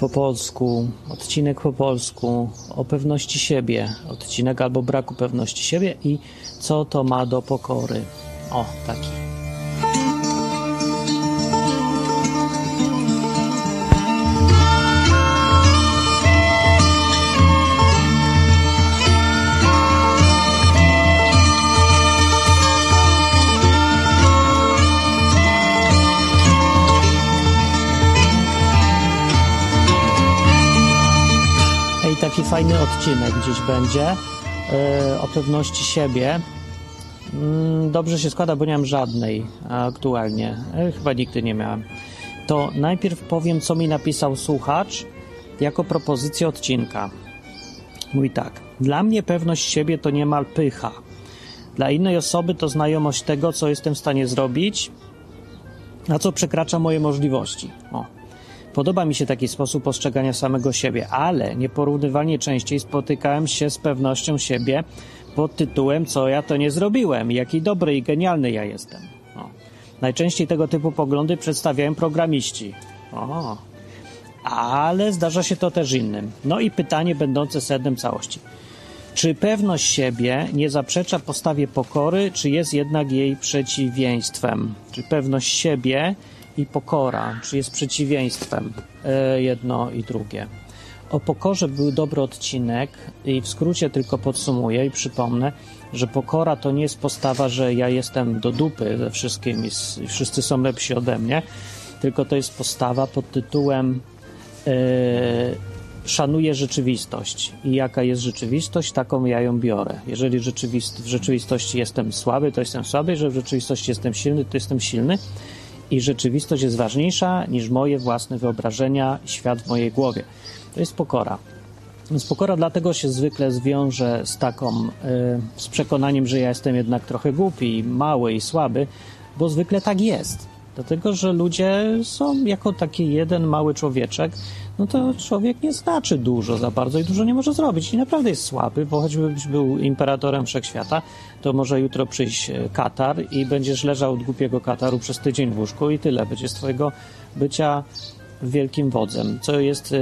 po polsku, odcinek po polsku o pewności siebie, odcinek albo braku pewności siebie i co to ma do pokory. O, taki. Taki fajny odcinek gdzieś będzie o pewności siebie. Dobrze się składa, bo nie mam żadnej aktualnie. Chyba nigdy nie miałem. To najpierw powiem, co mi napisał słuchacz jako propozycję odcinka. Mówi tak. Dla mnie pewność siebie to niemal pycha. Dla innej osoby to znajomość tego, co jestem w stanie zrobić, a co przekracza moje możliwości. O. Podoba mi się taki sposób postrzegania samego siebie, ale nieporównywalnie częściej spotykałem się z pewnością siebie pod tytułem co ja to nie zrobiłem, jaki dobry i genialny ja jestem. O. Najczęściej tego typu poglądy przedstawiają programiści. O. Ale zdarza się to też innym. No i pytanie będące sednem całości. Czy pewność siebie nie zaprzecza postawie pokory, czy jest jednak jej przeciwieństwem? Czy pewność siebie i pokora, czy jest przeciwieństwem jedno i drugie. O pokorze był dobry odcinek i w skrócie tylko podsumuję i przypomnę, że pokora to nie jest postawa, że ja jestem do dupy ze wszystkim i wszyscy są lepsi ode mnie, tylko to jest postawa pod tytułem szanuję rzeczywistość i jaka jest rzeczywistość, taką ja ją biorę. Jeżeli w rzeczywistości jestem słaby, to jestem słaby, jeżeli w rzeczywistości jestem silny, to jestem silny. I rzeczywistość jest ważniejsza niż moje własne wyobrażenia, świat w mojej głowie. To jest pokora. Więc pokora dlatego się zwykle zwiąże z przekonaniem, że ja jestem jednak trochę głupi, mały i słaby, bo zwykle tak jest. Dlatego, że ludzie są jako taki jeden mały człowieczek, no to człowiek nie znaczy dużo za bardzo i dużo nie może zrobić. I naprawdę jest słaby, bo choćbyś był imperatorem wszechświata, to może jutro przyjść katar i będziesz leżał od głupiego kataru przez tydzień w łóżku i tyle. Będzie z twojego bycia wielkim wodzem. Co jest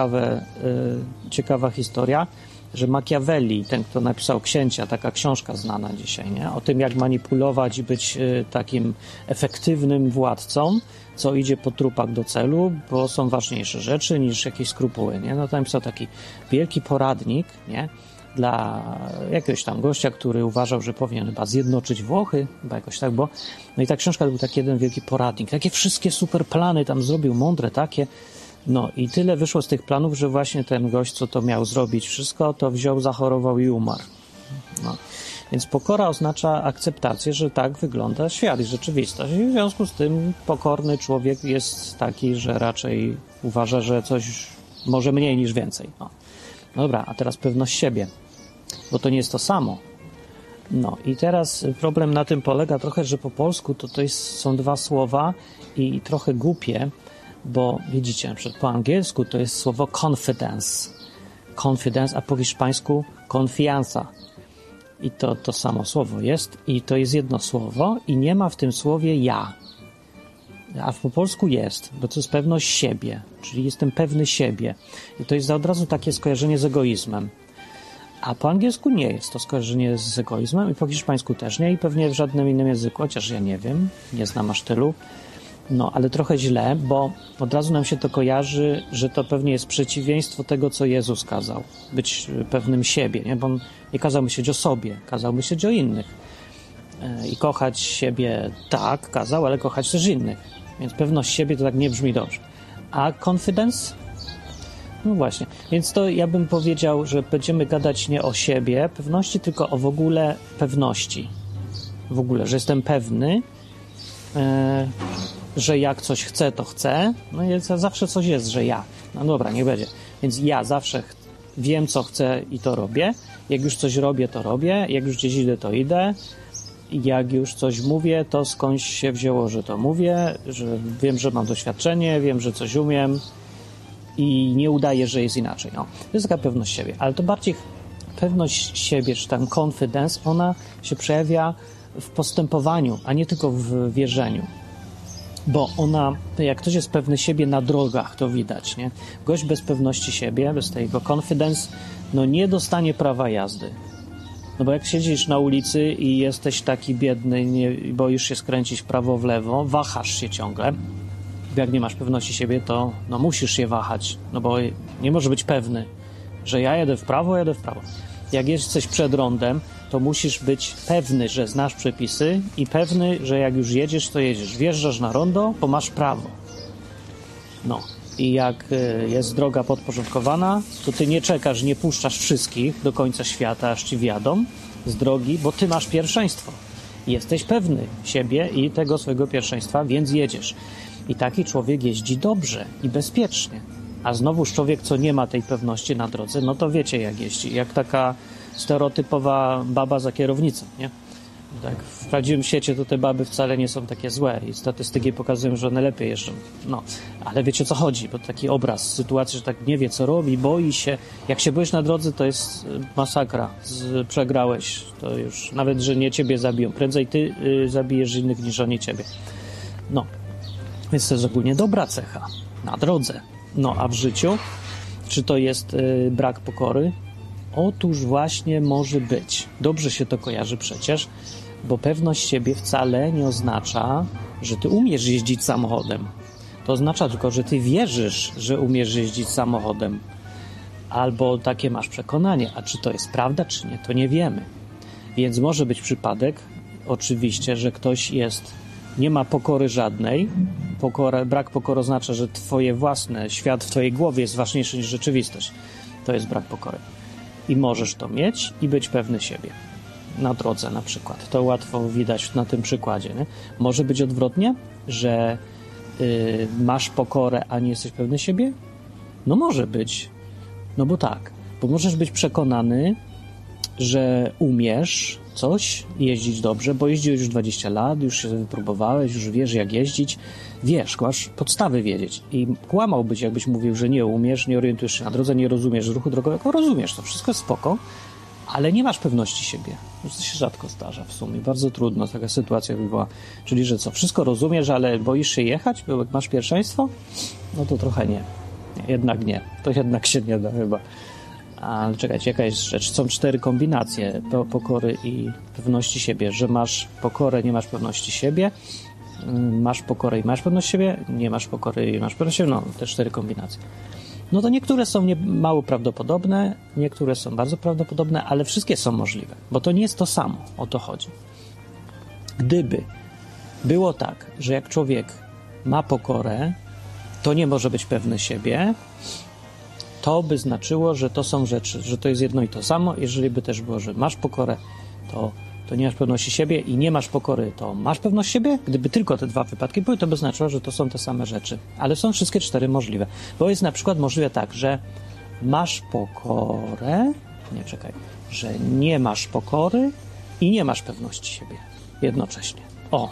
ciekawa historia, że Machiavelli, ten, kto napisał Księcia, taka książka znana dzisiaj, nie? O tym, jak manipulować i być takim efektywnym władcą, co idzie po trupach do celu, bo są ważniejsze rzeczy niż jakieś skrupuły, nie? No tam napisał taki wielki poradnik, nie? Dla jakiegoś tam gościa, który uważał, że powinien chyba zjednoczyć Włochy, chyba jakoś tak, bo... No i ta książka to był taki jeden wielki poradnik. Takie wszystkie super plany tam zrobił, mądre takie. No i tyle wyszło z tych planów, że właśnie ten gość, co to miał zrobić wszystko, to wziął, zachorował i umarł. No. Więc pokora oznacza akceptację, że tak wygląda świat i rzeczywistość. I w związku z tym pokorny człowiek jest taki, że raczej uważa, że coś może mniej niż więcej. No. Dobra, a teraz pewność siebie, bo to nie jest to samo. No i teraz problem na tym polega trochę, że po polsku są dwa słowa i trochę głupie, bo widzicie, na przykład po angielsku to jest słowo confidence, a po hiszpańsku confianza. I to samo słowo jest i to jest jedno słowo i nie ma w tym słowie ja. A po polsku jest, bo to jest pewność siebie, czyli jestem pewny siebie. I to jest od razu takie skojarzenie z egoizmem. A po angielsku nie jest to skojarzenie z egoizmem i po hiszpańsku też nie i pewnie w żadnym innym języku, chociaż ja nie wiem, nie znam aż tylu. No, ale trochę źle, bo od razu nam się to kojarzy, że to pewnie jest przeciwieństwo tego, co Jezus kazał. Być pewnym siebie, nie? Bo on nie kazał myśleć o sobie, kazał myśleć o innych. I kochać siebie tak, kazał, ale kochać też innych. Więc pewność siebie to tak nie brzmi dobrze. A confidence? No właśnie. Więc to ja bym powiedział, że będziemy gadać nie o siebie pewności, tylko o w ogóle pewności. W ogóle, że jestem pewny, że jak coś chcę, to chcę. No i zawsze coś jest, że ja. No dobra, niech będzie. Więc ja zawsze wiem, co chcę i to robię. Jak już coś robię, to robię. Jak już gdzieś idę, to idę. Jak już coś mówię, to skądś się wzięło, że to mówię, że wiem, że mam doświadczenie, wiem, że coś umiem i nie udaję, że jest inaczej. No, to jest taka pewność siebie. Ale to bardziej pewność siebie, czy tam confidence, ona się przejawia w postępowaniu, a nie tylko w wierzeniu. Bo ona, jak ktoś jest pewny siebie na drogach, to widać, nie? Gość bez pewności siebie, bez tego confidence, no nie dostanie prawa jazdy. No bo jak siedzisz na ulicy i jesteś taki biedny, nie boisz się skręcić w prawo, w lewo, wahasz się ciągle. Jak nie masz pewności siebie, to no musisz się wahać, no bo nie możesz być pewny, że ja jedę w prawo. Jak jesteś przed rondem, to musisz być pewny, że znasz przepisy i pewny, że jak już jedziesz, to jedziesz. Wjeżdżasz na rondo, to masz prawo. No i jak jest droga podporządkowana, to ty nie czekasz, nie puszczasz wszystkich do końca świata, aż ci wjadą z drogi, bo ty masz pierwszeństwo. Jesteś pewny siebie i tego swojego pierwszeństwa, więc jedziesz. I taki człowiek jeździ dobrze i bezpiecznie. A znowuż człowiek, co nie ma tej pewności na drodze, no to wiecie jak jeździ. Jak taka stereotypowa baba za kierownicą, nie? Tak, w prawdziwym świecie to te baby wcale nie są takie złe i statystyki pokazują, że one lepiej jeżdżą. No, ale wiecie o co chodzi, bo taki obraz sytuacji, że tak nie wie co robi, boi się. Jak się boisz na drodze, to jest masakra. Przegrałeś. To już nawet, że nie ciebie zabiją. Prędzej ty zabijesz innych niż oni ciebie. No, więc to jest ogólnie dobra cecha na drodze. No, a w życiu? Czy to jest brak pokory? Otóż właśnie może być. Dobrze się to kojarzy przecież, bo pewność siebie wcale nie oznacza, że ty umiesz jeździć samochodem. To oznacza tylko, że ty wierzysz, że umiesz jeździć samochodem. Albo takie masz przekonanie. A czy to jest prawda, czy nie, to nie wiemy. Więc może być przypadek, oczywiście, że ktoś nie ma pokory żadnej. Brak pokory oznacza, że twoje własne, świat w twojej głowie jest ważniejszy niż rzeczywistość. To jest brak pokory. I możesz to mieć i być pewny siebie. Na drodze na przykład. To łatwo widać na tym przykładzie. Nie? Może być odwrotnie, że masz pokorę, a nie jesteś pewny siebie? No może być. No bo tak. Bo możesz być przekonany, że umiesz coś, jeździć dobrze, bo jeździłeś już 20 lat, już się wypróbowałeś, już wiesz jak jeździć, masz podstawy wiedzieć. I kłamałbyś, jakbyś mówił, że nie umiesz, nie orientujesz się na drodze, nie rozumiesz ruchu drogowego, rozumiesz, to wszystko jest spoko, ale nie masz pewności siebie. To się rzadko zdarza w sumie, bardzo trudno taka sytuacja by była. Czyli, że co, wszystko rozumiesz, ale boisz się jechać, bo masz pierwszeństwo? No to trochę nie. Jednak nie. To jednak się nie da chyba. Ale czekajcie, jaka jest rzecz? Są 4 kombinacje pokory i pewności siebie, że masz pokorę, nie masz pewności siebie, masz pokorę i masz pewność siebie, nie masz pokory i masz pewność siebie, no te 4 kombinacje. No to niektóre są mało prawdopodobne, niektóre są bardzo prawdopodobne, ale wszystkie są możliwe, bo to nie jest to samo, o to chodzi. Gdyby było tak, że jak człowiek ma pokorę, to nie może być pewny siebie, to by znaczyło, że to są rzeczy, że to jest jedno i to samo. Jeżeli by też było, że masz pokorę, to nie masz pewności siebie i nie masz pokory, to masz pewność siebie. Gdyby tylko te 2 wypadki były, to by znaczyło, że to są te same rzeczy. Ale są wszystkie 4 możliwe. Bo jest na przykład możliwe tak, że masz pokorę, że nie masz pokory i nie masz pewności siebie jednocześnie.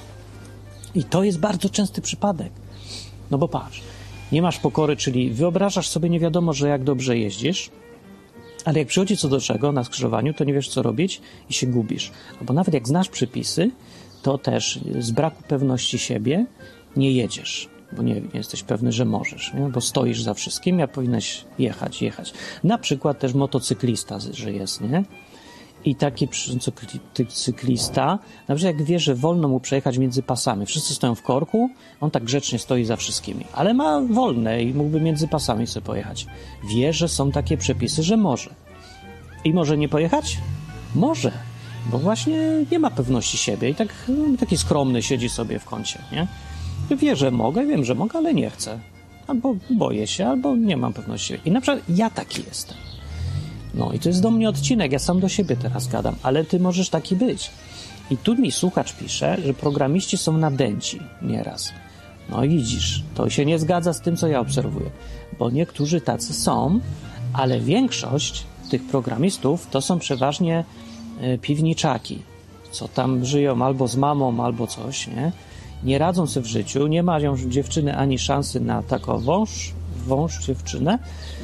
I to jest bardzo częsty przypadek. No bo patrz, nie masz pokory, czyli wyobrażasz sobie nie wiadomo, że jak dobrze jeździsz, ale jak przychodzi co do czego na skrzyżowaniu, to nie wiesz co robić i się gubisz. Albo nawet jak znasz przepisy, to też z braku pewności siebie nie jedziesz, bo nie jesteś pewny, że możesz, nie? Bo stoisz za wszystkim, a powinieneś jechać. Na przykład też motocyklista, że jest, nie? I taki cyklista, na przykład jak wie, że wolno mu przejechać między pasami, wszyscy stoją w korku, on tak grzecznie stoi za wszystkimi, ale ma wolne i mógłby między pasami sobie pojechać. Wie, że są takie przepisy, że może. I może nie pojechać? Może, bo właśnie nie ma pewności siebie i taki skromny siedzi sobie w kącie, nie? Wie, że mogę, wiem, że mogę, ale nie chcę. Albo boję się, albo nie mam pewności siebie. I na przykład ja taki jestem. No i to jest do mnie odcinek, ja sam do siebie teraz gadam, ale ty możesz taki być. I tu mi słuchacz pisze, że programiści są nadęci nieraz. No i widzisz, to się nie zgadza z tym, co ja obserwuję, bo niektórzy tacy są, ale większość tych programistów to są przeważnie piwniczaki, co tam żyją albo z mamą, albo coś, nie? Nie radzą sobie w życiu, nie mają dziewczyny ani szansy na taką wąż dziewczynę,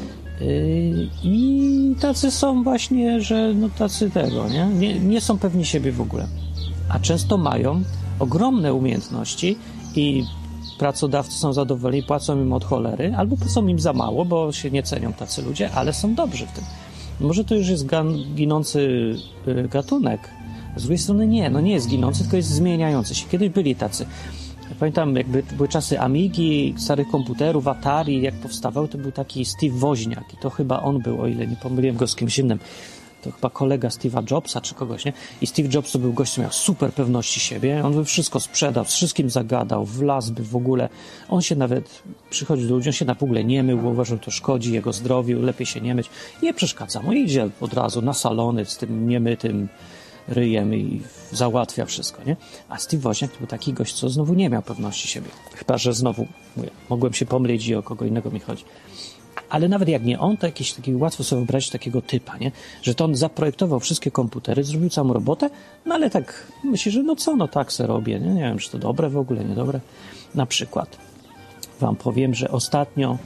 i tacy są właśnie, że no tacy tego, nie są pewni siebie w ogóle. A często mają ogromne umiejętności i pracodawcy są zadowoleni, płacą im od cholery, albo płacą im za mało, bo się nie cenią tacy ludzie, ale są dobrzy w tym. Może to już jest ginący gatunek. Z drugiej strony nie jest ginący, tylko jest zmieniający się. Kiedyś byli tacy. Ja pamiętam, jakby były czasy Amigi, starych komputerów, Atari, jak powstawał, to był taki Steve Woźniak i to chyba on był, o ile nie pomyliłem go z kimś innym. To chyba kolega Steve'a Jobsa czy kogoś, nie? I Steve Jobs to był gość, który miał super pewności siebie. On by wszystko sprzedał, z wszystkim zagadał, wlazłby w ogóle. On się nawet, przychodził do ludzi, on się w ogóle nie mył, bo uważał, że to szkodzi jego zdrowiu, lepiej się nie myć. Nie przeszkadza mu, idzie od razu na salony z tym niemytym ryjem i załatwia wszystko, nie? A Steve Woźniak to był taki gość, co znowu nie miał pewności siebie. Chyba że znowu, mogłem się pomylić i o kogo innego mi chodzi. Ale nawet jak nie on, to jakiś taki, łatwo sobie wyobrazić takiego typa, nie? Że to on zaprojektował wszystkie komputery, zrobił całą robotę, no ale tak myśli, że tak se robię, nie wiem, czy to dobre w ogóle, niedobre. Na przykład wam powiem, że ostatnio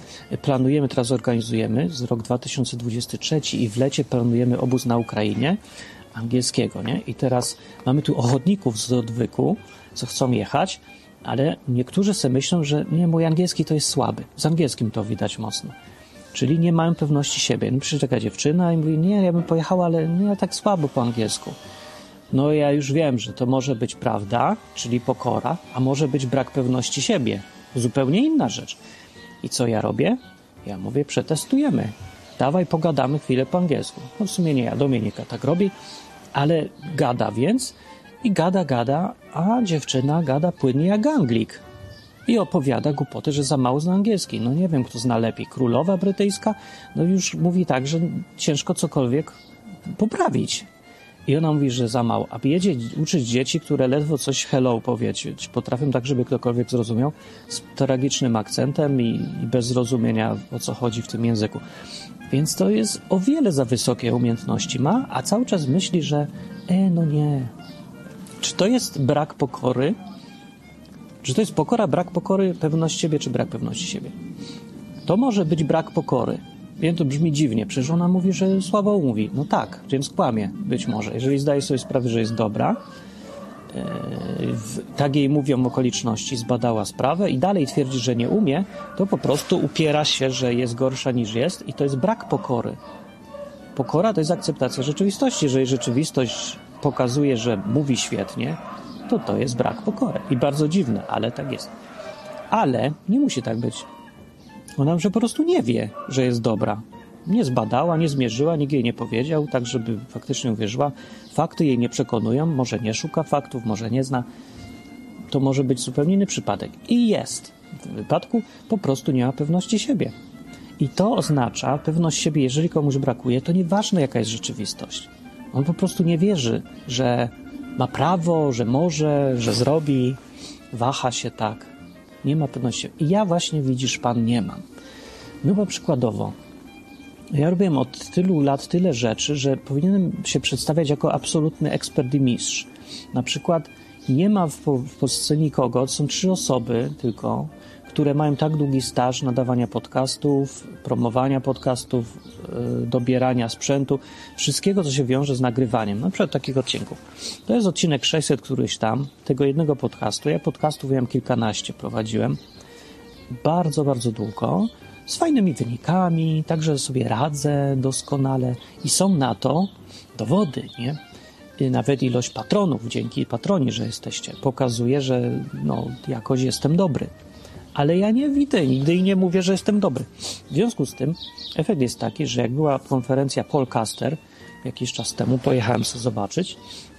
teraz organizujemy z rok 2023 i w lecie planujemy obóz na Ukrainie angielskiego, nie? I teraz mamy tu ochotników z odwyku, co chcą jechać, ale niektórzy sobie myślą, że nie, mój angielski to jest słaby. Z angielskim to widać mocno. Czyli nie mają pewności siebie. No przyjdzie taka dziewczyna i mówi, nie, ja bym pojechała, ale nie, ja tak słabo po angielsku. No ja już wiem, że to może być prawda, czyli pokora, a może być brak pewności siebie. Zupełnie inna rzecz. I co ja robię? Ja mówię, przetestujemy. Dawaj, pogadamy chwilę po angielsku. No w sumie nie ja, Dominika tak robi, ale gada więc i gada, a dziewczyna gada płynnie jak Anglik. I opowiada głupoty, że za mało zna angielski. No nie wiem, kto zna lepiej. Królowa brytyjska? No już mówi tak, że ciężko cokolwiek poprawić. I ona mówi, że za mało. A jedzie uczyć dzieci, które ledwo coś hello powiedzieć potrafią tak, żeby ktokolwiek zrozumiał, z tragicznym akcentem i bez zrozumienia, o co chodzi w tym języku. Więc to jest o wiele za wysokie umiejętności ma, a cały czas myśli, że no nie. Czy to jest brak pokory? Czy to jest pokora, brak pokory, pewność siebie, czy brak pewności siebie? To może być brak pokory. Wiem, to brzmi dziwnie. Przecież ona mówi, że słabo mówi. No tak, więc kłamie być może. Jeżeli zdaje sobie sprawę, że jest dobra, tak jej mówią okoliczności, zbadała sprawę i dalej twierdzi, że nie umie, to po prostu upiera się, że jest gorsza niż jest i to jest brak pokory. Pokora to jest akceptacja rzeczywistości. Jeżeli rzeczywistość pokazuje, że mówi świetnie, to jest brak pokory. I bardzo dziwne, ale tak jest. Ale nie musi tak być. Ona może po prostu nie wie, że jest dobra. Nie zbadała, nie zmierzyła, nikt jej nie powiedział, tak żeby faktycznie uwierzyła. Fakty jej nie przekonują, może nie szuka faktów, może nie zna. To może być zupełnie inny przypadek. I jest. W tym wypadku po prostu nie ma pewności siebie. I to oznacza pewność siebie, jeżeli komuś brakuje, to nieważne jaka jest rzeczywistość. On po prostu nie wierzy, że ma prawo, że może, że zrobi, waha się tak. Nie ma pewności. I ja właśnie, widzisz pan, nie mam. No bo przykładowo, ja robiłem od tylu lat tyle rzeczy, że powinienem się przedstawiać jako absolutny ekspert i mistrz. Na przykład nie ma w Polsce nikogo, są 3 osoby tylko, które mają tak długi staż nadawania podcastów, promowania podcastów, dobierania sprzętu, wszystkiego, co się wiąże z nagrywaniem, na przykład takich odcinków. To jest odcinek 600 któryś tam, tego jednego podcastu. Ja podcastów miałem kilkanaście, prowadziłem bardzo, bardzo długo, z fajnymi wynikami, także sobie radzę doskonale i są na to dowody, nie? I nawet ilość patronów, dzięki patroni, że jesteście, pokazuje, że jakoś jestem dobry. Ale ja nie widzę nigdy i nie mówię, że jestem dobry. W związku z tym efekt jest taki, że jak była konferencja Podcaster jakiś czas temu, pojechałem sobie zobaczyć,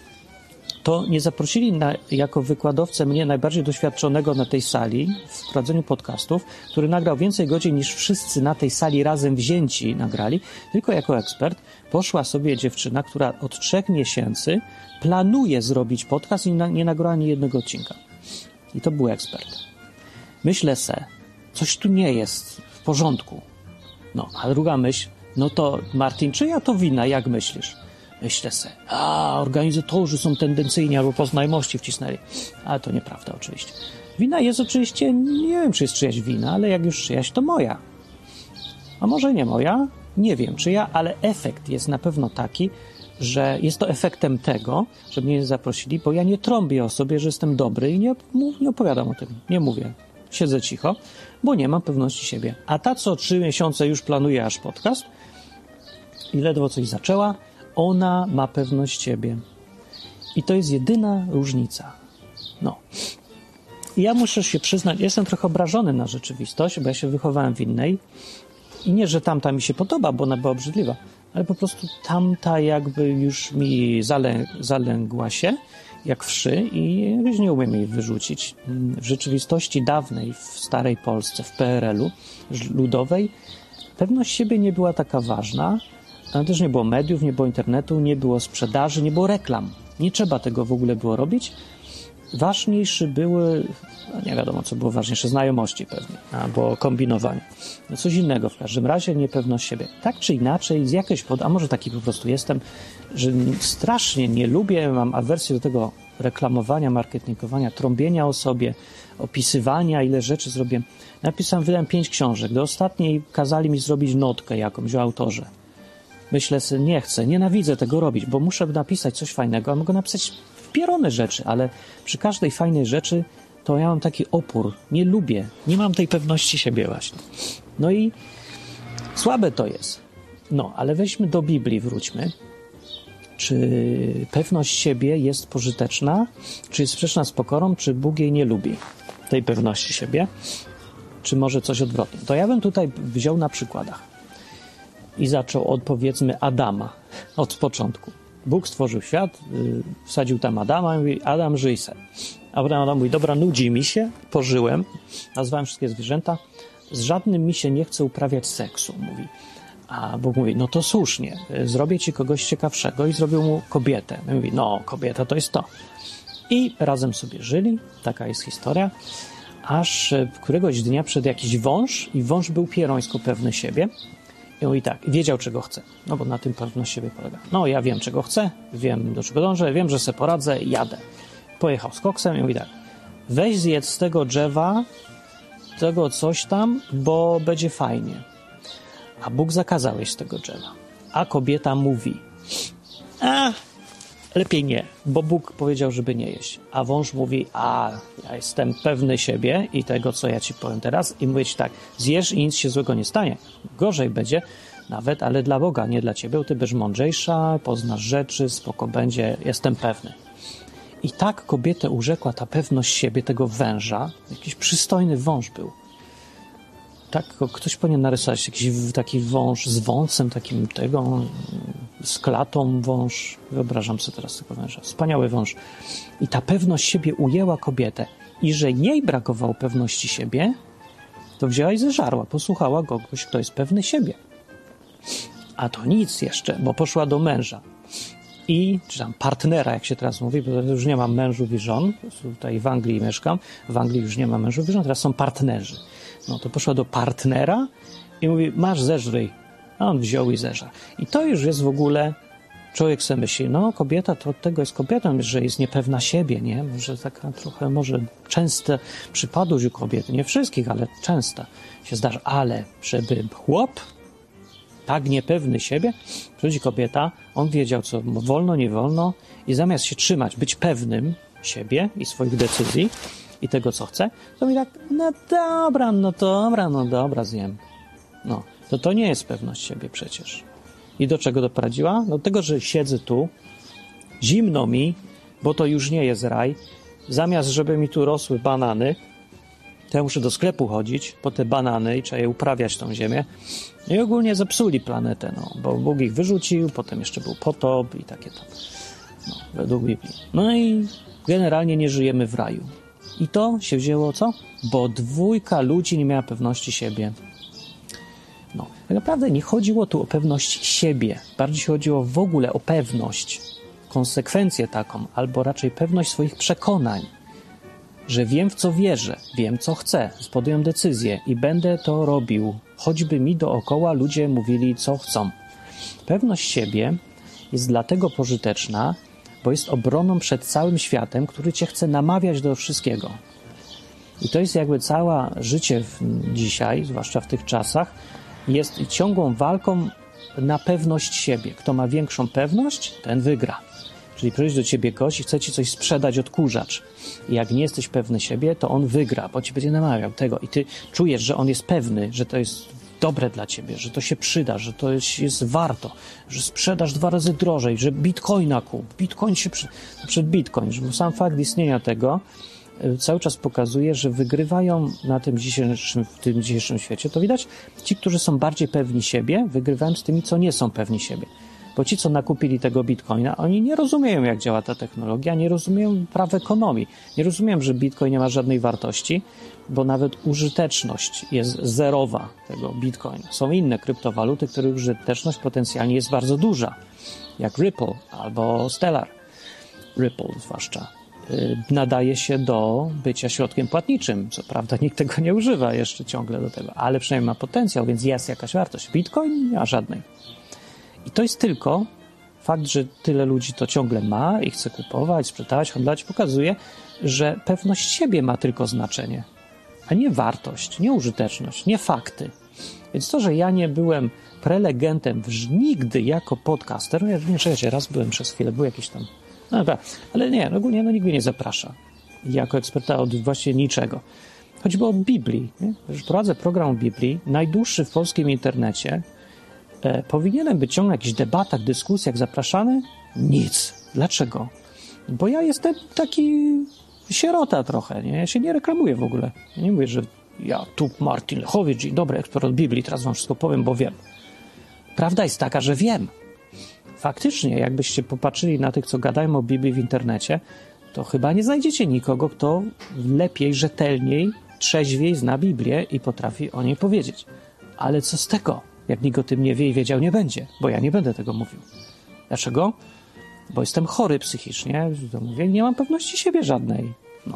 to nie zaprosili jako wykładowcę mnie najbardziej doświadczonego na tej sali w prowadzeniu podcastów, który nagrał więcej godzin niż wszyscy na tej sali razem wzięci nagrali, tylko jako ekspert poszła sobie dziewczyna, która od 3 miesięcy planuje zrobić podcast i nie nagrała ani jednego odcinka. I to był ekspert. Myślę se, coś tu nie jest w porządku. A druga myśl, to Martin, czyja to wina, jak myślisz? Myślę se, organizatorzy są tendencyjni albo po znajomości wcisnęli. Ale to nieprawda oczywiście. Wina jest oczywiście, nie wiem, czy jest czyjaś wina, ale jak już czyjaś, to moja. A może nie moja? Nie wiem czyja, ale efekt jest na pewno taki, że jest to efektem tego, że mnie nie zaprosili, bo ja nie trąbię o sobie, że jestem dobry i nie opowiadam o tym, nie mówię. siedzę cicho, bo nie mam pewności siebie. A ta, co 3 miesiące już planuje aż podcast i ledwo coś zaczęła, ona ma pewność siebie. I to jest jedyna różnica. No. I ja muszę się przyznać, jestem trochę obrażony na rzeczywistość, bo ja się wychowałem w innej. I nie, że tamta mi się podoba, bo ona była obrzydliwa, ale po prostu tamta jakby już mi zalęgła się, jak wszy i jakoś nie umiem jej wyrzucić. W rzeczywistości dawnej, w starej Polsce, w PRL-u ludowej, pewność siebie nie była taka ważna, ale też nie było mediów, nie było internetu, nie było sprzedaży, nie było reklam. Nie trzeba tego w ogóle było robić. Ważniejsze były, nie wiadomo co było ważniejsze, znajomości pewnie, albo kombinowanie. No coś innego w każdym razie, niepewność siebie. Tak czy inaczej, z jakiegoś powodu, a może taki po prostu jestem, że strasznie nie lubię, mam awersję do tego reklamowania, marketingowania, trąbienia o sobie, opisywania, ile rzeczy zrobiłem. Wydałem 5 książek, do ostatniej kazali mi zrobić notkę jakąś o autorze. Myślę sobie, nie chcę, nienawidzę tego robić, bo muszę napisać coś fajnego, a mogę napisać wpierone rzeczy, ale przy każdej fajnej rzeczy to ja mam taki opór, nie lubię, nie mam tej pewności siebie właśnie. No i słabe to jest. No, ale weźmy do Biblii, wróćmy. Czy pewność siebie jest pożyteczna, czy jest sprzeczna z pokorą, czy Bóg jej nie lubi, tej pewności siebie, czy może coś odwrotnie. To ja bym tutaj wziął na przykładach i zaczął od, powiedzmy, Adama, od początku. Bóg stworzył świat, wsadził tam Adama i mówi, Adam, żyj se. A potem Adam mówi, dobra, nudzi mi się, pożyłem, nazwałem wszystkie zwierzęta, z żadnym mi się nie chce uprawiać seksu, mówi. A Bóg mówi, no to słusznie, zrobię ci kogoś ciekawszego i zrobił mu kobietę. I mówi, no, kobieta to jest to. I razem sobie żyli, taka jest historia, aż któregoś dnia przyszedł jakiś wąż i wąż był pierońsko pewny siebie. I mówi tak, wiedział czego chce, no bo na tym pewność siebie polega. No ja wiem czego chcę, wiem do czego dążę, wiem, że se poradzę, jadę. Pojechał z koksem i mówi tak, weź zjedz z tego drzewa, tego coś tam, bo będzie fajnie. A Bóg zakazał jeść z tego drzewa. A kobieta mówi, lepiej nie, bo Bóg powiedział, żeby nie jeść. A wąż mówi, ja jestem pewny siebie i tego, co ja ci powiem teraz i mówię ci tak, zjesz i nic się złego nie stanie. Gorzej będzie nawet, ale dla Boga, nie dla ciebie, bo ty będziesz mądrzejsza, poznasz rzeczy, spoko będzie, jestem pewny. I tak kobietę urzekła ta pewność siebie, tego węża, jakiś przystojny wąż był. Tak, ktoś powinien narysować jakiś taki wąż z wąsem, takim tego, z klatą wąż. Wyobrażam sobie teraz tego węża. Wspaniały wąż. I ta pewność siebie ujęła kobietę. I że jej brakowało pewności siebie, to wzięła i zeżarła. Posłuchała kogoś, kto jest pewny siebie. A to nic jeszcze, bo poszła do męża. Czy tam partnera, jak się teraz mówi, bo już nie mam mężów i żon. Tutaj w Anglii mieszkam. W Anglii już nie ma mężów i żon, teraz są partnerzy. No to poszła do partnera i mówi, masz zeżryj. A on wziął i zeżarł. I to już jest w ogóle, człowiek sobie myśli, no kobieta to od tego jest kobietą, że jest niepewna siebie, nie? Może taka trochę, może częste przypadłość u kobiet, nie wszystkich, ale często się zdarza. Ale żeby chłop tak niepewny siebie, przychodzi kobieta, on wiedział, co wolno, nie wolno i zamiast się trzymać, być pewnym siebie i swoich decyzji i tego, co chce, to mi tak, no dobra, zjem. No, to nie jest pewność siebie przecież. I do czego doprowadziła? Do tego, że siedzę tu, zimno mi, bo to już nie jest raj, zamiast, żeby mi tu rosły banany, to ja muszę do sklepu chodzić po te banany i trzeba je uprawiać tą ziemię. I ogólnie zepsuli planetę, no, bo Bóg ich wyrzucił, potem jeszcze był potop i takie tam, no, według Biblii. No i generalnie nie żyjemy w raju. I to się wzięło co? Bo 2 ludzi nie miała pewności siebie. No, tak naprawdę nie chodziło tu o pewność siebie. Bardziej chodziło w ogóle o pewność, konsekwencję taką, albo raczej pewność swoich przekonań. Że wiem, w co wierzę, wiem, co chcę, podjąłem decyzję i będę to robił, choćby mi dookoła ludzie mówili, co chcą. Pewność siebie jest dlatego pożyteczna, bo jest obroną przed całym światem, który cię chce namawiać do wszystkiego. I to jest jakby całe życie dzisiaj, zwłaszcza w tych czasach, jest ciągłą walką na pewność siebie. Kto ma większą pewność, ten wygra. Czyli przyjdzie do ciebie gość i chce ci coś sprzedać, odkurzacz. I jak nie jesteś pewny siebie, to on wygra, bo ci będzie namawiał tego. I ty czujesz, że on jest pewny, że to jest dobre dla ciebie, że to się przyda, że to jest warto, że sprzedasz 2 razy drożej, że bitcoina kup. Bitcoin się przed bitcoin, że sam fakt istnienia tego cały czas pokazuje, że wygrywają w tym dzisiejszym świecie. To widać, ci, którzy są bardziej pewni siebie, wygrywają z tymi, co nie są pewni siebie. Bo ci, co nakupili tego bitcoina, oni nie rozumieją, jak działa ta technologia, nie rozumieją praw ekonomii, nie rozumieją, że bitcoin nie ma żadnej wartości, bo nawet użyteczność jest zerowa tego bitcoina. Są inne kryptowaluty, których użyteczność potencjalnie jest bardzo duża, jak Ripple albo Stellar. Ripple zwłaszcza nadaje się do bycia środkiem płatniczym. Co prawda nikt tego nie używa jeszcze ciągle do tego, ale przynajmniej ma potencjał, więc jest jakaś wartość. Bitcoin nie ma żadnej. I to jest tylko fakt, że tyle ludzi to ciągle ma i chce kupować, sprzedawać, handlować, pokazuje, że pewność siebie ma tylko znaczenie, a nie wartość, nie użyteczność, nie fakty. Więc to, że ja nie byłem prelegentem nigdy jako podcaster, raz byłem przez chwilę, był jakiś tam, ale nie, ogólnie nikt mnie nie zaprasza jako eksperta od właśnie niczego. Choćby od Biblii. Nie? Prowadzę program o Biblii, najdłuższy w polskim internecie. Powinienem być ciągle w jakichś debatach, dyskusjach zapraszany? Nic. Dlaczego? Bo ja jestem taki sierota trochę, nie? Ja się nie reklamuję w ogóle. Ja nie mówię, że ja tu Martin Lechowicz i dobry ekspert od Biblii, teraz wam wszystko powiem, bo wiem. Prawda jest taka, że wiem. Faktycznie, jakbyście popatrzyli na tych, co gadają o Biblii w internecie, to chyba nie znajdziecie nikogo, kto lepiej, rzetelniej, trzeźwiej zna Biblię i potrafi o niej powiedzieć. Ale co z tego? Jak nikt o tym nie wie i wiedział, nie będzie, bo ja nie będę tego mówił. Dlaczego? Bo jestem chory psychicznie, to mówię, nie mam pewności siebie żadnej. No.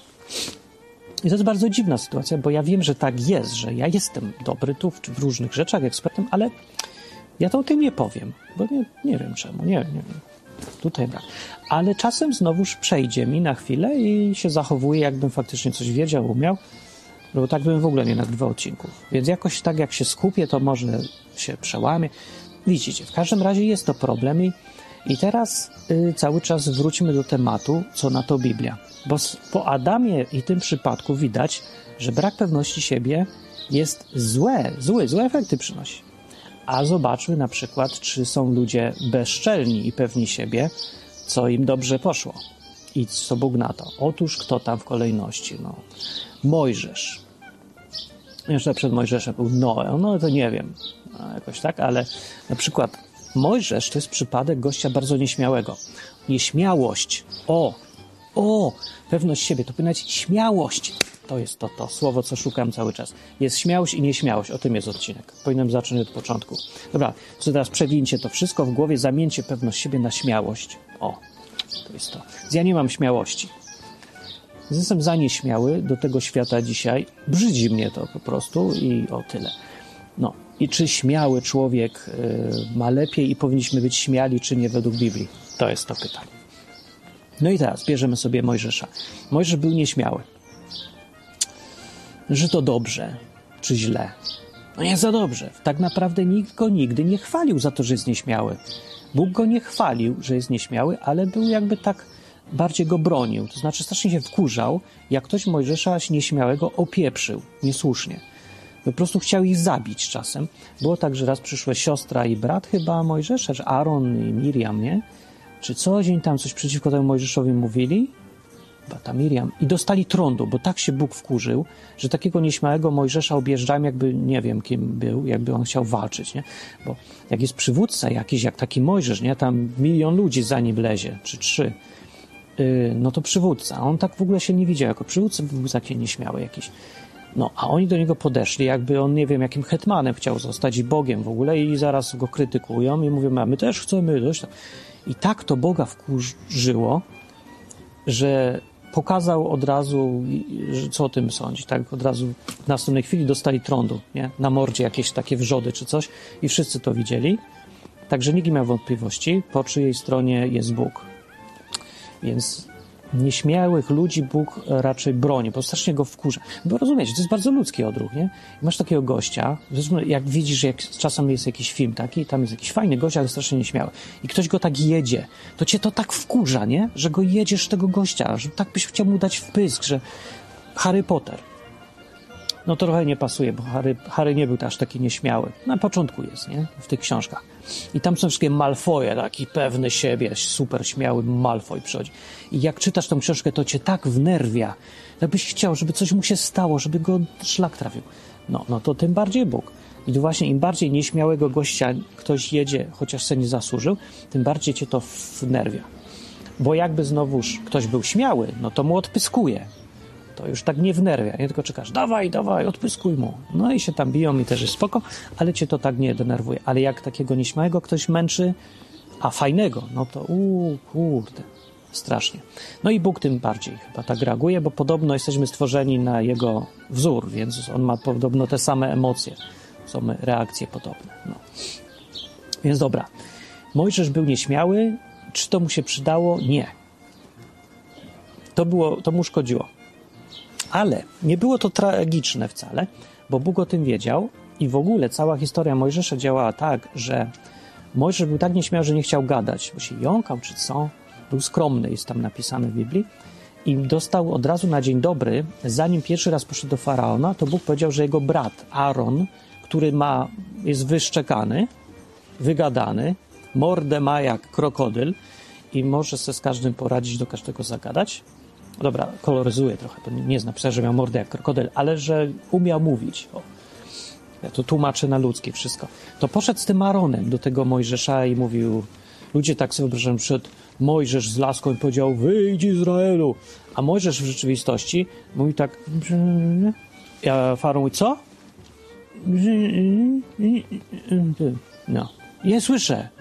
I to jest bardzo dziwna sytuacja, bo ja wiem, że tak jest, że ja jestem dobry tu w różnych rzeczach, ekspertem, ale ja to o tym nie powiem, bo nie wiem czemu, nie wiem. Tutaj brak. Ale czasem znowuż przejdzie mi na chwilę i się zachowuję, jakbym faktycznie coś wiedział, umiał, bo tak bym w ogóle nie nagrywał odcinków. Więc jakoś tak, jak się skupię, to może się przełamie. Widzicie, w każdym razie jest to problem i teraz cały czas wróćmy do tematu, co na to Biblia. Bo po Adamie i tym przypadku widać, że brak pewności siebie jest złe efekty przynosi. A zobaczmy na przykład, czy są ludzie bezczelni i pewni siebie, co im dobrze poszło. I co Bóg na to? Otóż kto tam w kolejności? Mojżesz. Jeszcze przed Mojżeszem był Noe. No to nie wiem, jakoś tak, ale na przykład Mojżesz to jest przypadek gościa bardzo nieśmiałego. Nieśmiałość. Pewność siebie. To powinna być śmiałość. To jest to słowo, co szukam cały czas. Jest śmiałość i nieśmiałość. O tym jest odcinek. Powinienem zacząć od początku. Dobra, to teraz przewincie to wszystko w głowie, zamieńcie pewność siebie na śmiałość. To jest to. Ja nie mam śmiałości. Jestem za nieśmiały do tego świata dzisiaj. Brzydzi mnie to po prostu i o tyle. I czy śmiały człowiek ma lepiej i powinniśmy być śmiali, czy nie według Biblii? To jest to pytanie. No i teraz bierzemy sobie Mojżesza. Mojżesz był nieśmiały. Że to dobrze, czy źle? Nie za dobrze. Tak naprawdę nikt go nigdy nie chwalił za to, że jest nieśmiały. Bóg go nie chwalił, że jest nieśmiały, ale był jakby tak bardziej go bronił. To znaczy strasznie się wkurzał, jak ktoś Mojżesza nieśmiałego opieprzył niesłusznie. Po prostu chciał ich zabić czasem. Było tak, że raz przyszła siostra i brat chyba Mojżesza, że Aaron i Miriam, nie? Czy co dzień tam coś przeciwko temu Mojżeszowi mówili? Chyba ta Miriam. I dostali trądu, bo tak się Bóg wkurzył, że takiego nieśmiałego Mojżesza objeżdżałem, jakby nie wiem kim był, jakby on chciał walczyć, nie? Bo jak jest przywódca jakiś, jak taki Mojżesz, nie? Tam 1 milion ludzi za nim lezie, czy 3. No to przywódca. A on tak w ogóle się nie widział jako przywódca, był taki nieśmiały jakiś. A oni do niego podeszli, jakby on, nie wiem, jakim hetmanem chciał zostać i Bogiem w ogóle i zaraz go krytykują i mówią, a my też chcemy coś tam. I tak to Boga wkurzyło, że pokazał od razu, co o tym sądzi. Tak od razu w następnej chwili dostali trądu, nie? Na mordzie jakieś takie wrzody czy coś i wszyscy to widzieli. Także nikt nie miał wątpliwości, po czyjej stronie jest Bóg. Więc nieśmiałych ludzi Bóg raczej broni, bo strasznie go wkurza. Bo rozumiecie, to jest bardzo ludzki odruch, nie? Masz takiego gościa, zresztą jak widzisz, jak czasem jest jakiś film taki, tam jest jakiś fajny gość, ale strasznie nieśmiały. I ktoś go tak jedzie, to cię to tak wkurza, nie? Że go jedziesz tego gościa, że tak byś chciał mu dać wpysk, że Harry Potter. No to trochę nie pasuje, bo Harry nie był aż taki nieśmiały. Na początku jest, nie? W tych książkach. I tam są wszystkie Malfoje, taki pewny siebie, super śmiały Malfoy przychodzi. I jak czytasz tą książkę, to cię tak wnerwia, jakbyś chciał, żeby coś mu się stało, żeby go szlak trafił. No to tym bardziej Bóg. I to właśnie im bardziej nieśmiałego gościa ktoś jedzie, chociaż se nie zasłużył, tym bardziej cię to wnerwia. Bo jakby znowuż ktoś był śmiały, no to mu odpyskuje. To już tak nie wnerwia, nie? Tylko czekasz, dawaj, odpyskuj mu. No i się tam biją i też jest spoko, ale cię to tak nie denerwuje. Ale jak takiego nieśmiałego ktoś męczy, a fajnego, no to kurde, strasznie. No i Bóg tym bardziej chyba tak reaguje, bo podobno jesteśmy stworzeni na jego wzór, więc on ma podobno te same emocje, są reakcje podobne. No. Więc dobra, Mojżesz był nieśmiały, czy to mu się przydało? Nie. To mu szkodziło. Ale nie było to tragiczne wcale, bo Bóg o tym wiedział i w ogóle cała historia Mojżesza działała tak, że Mojżesz był tak nieśmiały, że nie chciał gadać, bo się jąkał czy co. Był skromny, jest tam napisane w Biblii. I dostał od razu na dzień dobry, zanim pierwszy raz poszedł do Faraona, to Bóg powiedział, że jego brat Aaron, który jest wyszczekany, wygadany, mordę ma jak krokodyl i może sobie z każdym poradzić, do każdego zagadać. Dobra, koloryzuję trochę, to nie jest napisane, że miał mordę jak krokodyl, ale że umiał mówić. O. Ja to tłumaczę na ludzkie wszystko. To poszedł z tym Aaronem do tego Mojżesza i mówił, ludzie tak sobie wyobrażają, przyszedł Mojżesz z laską i powiedział, wyjdź Izraelu. A Mojżesz w rzeczywistości mówi tak, a Faraon mówi, co? No, nie słyszę.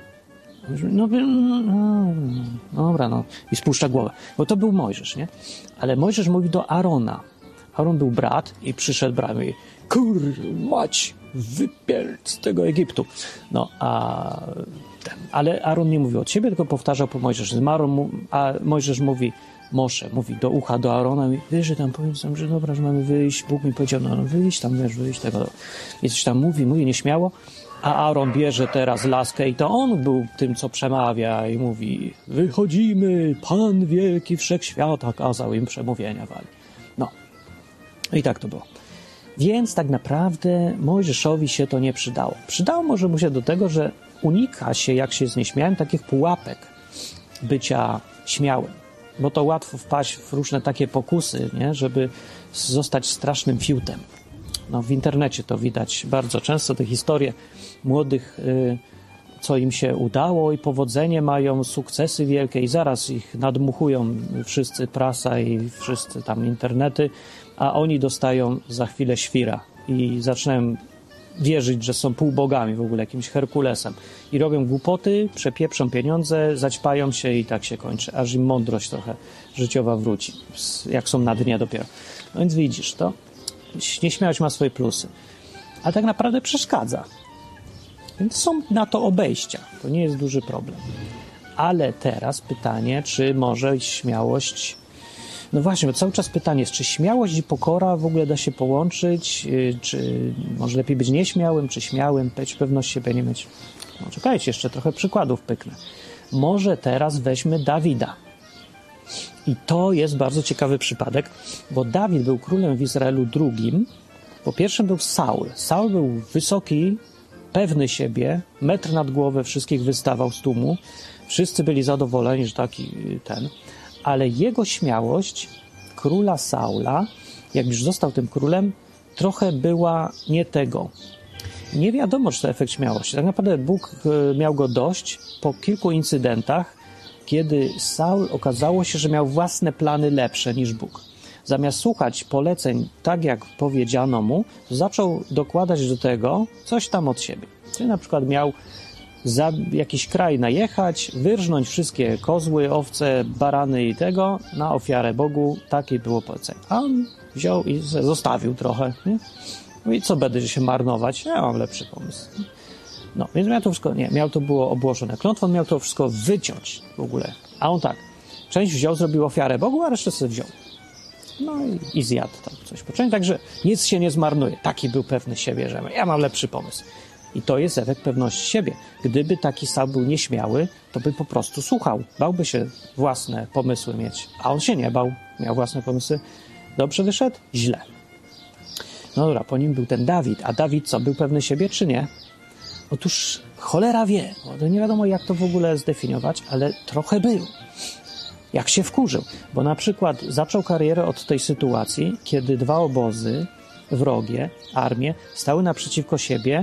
Dobra, i spuszcza głowę. Bo to był Mojżesz, nie? Ale Mojżesz mówi do Aarona. Aaron był brat i przyszedł brat i mać, wypierdź z tego Egiptu. Ale Aaron nie mówił od siebie, tylko powtarzał po Mojżesz. A Mojżesz mówi, mówi do ucha do Aarona, wiesz, że tam powiem tam, że dobra, że mamy wyjść. Bóg mi powiedział, wyjść tam, wyjść tego. I coś tam mówi nieśmiało. A Aaron bierze teraz laskę i to on był tym, co przemawia i mówi, wychodzimy, Pan wielki wszechświata, kazał im przemówienia wali. No. I tak to było. Więc tak naprawdę Mojżeszowi się to nie przydało. Przydało może mu się do tego, że unika się, jak się jest nieśmiałym, takich pułapek bycia śmiałym. Bo to łatwo wpaść w różne takie pokusy, nie? Żeby zostać strasznym fiutem. No, w internecie to widać bardzo często, te historie młodych, co im się udało i powodzenie mają, sukcesy wielkie i zaraz ich nadmuchują wszyscy prasa i wszyscy tam internety, a oni dostają za chwilę świra i zaczynają wierzyć, że są półbogami w ogóle, jakimś Herkulesem i robią głupoty, przepieprzą pieniądze, zaćpają się i tak się kończy, aż im mądrość trochę życiowa wróci, jak są na dnie dopiero. No więc widzisz, to nieśmiałość ma swoje plusy, ale tak naprawdę przeszkadza. Więc są na to obejścia. To nie jest duży problem. Ale teraz pytanie, czy może śmiałość... No właśnie, bo cały czas pytanie jest, czy śmiałość i pokora w ogóle da się połączyć, czy może lepiej być nieśmiałym, czy śmiałym, mieć pewność siebie, nie mieć... No czekajcie, jeszcze trochę przykładów pyknę. Może teraz weźmy Dawida. I to jest bardzo ciekawy przypadek, bo Dawid był królem w Izraelu drugim. Po pierwszym był Saul. Saul był wysoki, pewny siebie, metr nad głowę wszystkich wystawał z tłumu. Wszyscy byli zadowoleni, że taki ten. Ale jego śmiałość, króla Saula, jak już został tym królem, trochę była nie tego. Nie wiadomo, czy to efekt śmiałości. Tak naprawdę Bóg miał go dość po kilku incydentach, kiedy Saul okazało się, że miał własne plany lepsze niż Bóg. Zamiast słuchać poleceń tak, jak powiedziano mu, zaczął dokładać do tego coś tam od siebie. Czyli na przykład miał za jakiś kraj najechać, wyrżnąć wszystkie kozły, owce, barany i tego na ofiarę Bogu. Takie było polecenie. A on wziął i zostawił trochę. Nie? No i co będę się marnować? Ja mam lepszy pomysł. No, więc miał to wszystko, nie, miał to było obłożone klątwą, miał to wszystko wyciąć w ogóle. A on tak, Część wziął, zrobił ofiarę Bogu, a resztę sobie wziął. No i zjadł tam coś po części. Także nic się nie zmarnuje. Taki był pewny siebie, że ja mam lepszy pomysł. I to jest efekt pewności siebie. Gdyby taki Saul był nieśmiały, to by po prostu słuchał. Bałby się własne pomysły mieć. A on się nie bał. Miał własne pomysły. Dobrze wyszedł? Źle. No dobra, po nim był ten Dawid. A Dawid co, był pewny siebie, czy nie? Otóż cholera wie. No, nie wiadomo, jak to w ogóle zdefiniować, ale trochę był. Jak się wkurzył. Bo na przykład zaczął karierę od tej sytuacji, kiedy dwa obozy wrogie, armie, stały naprzeciwko siebie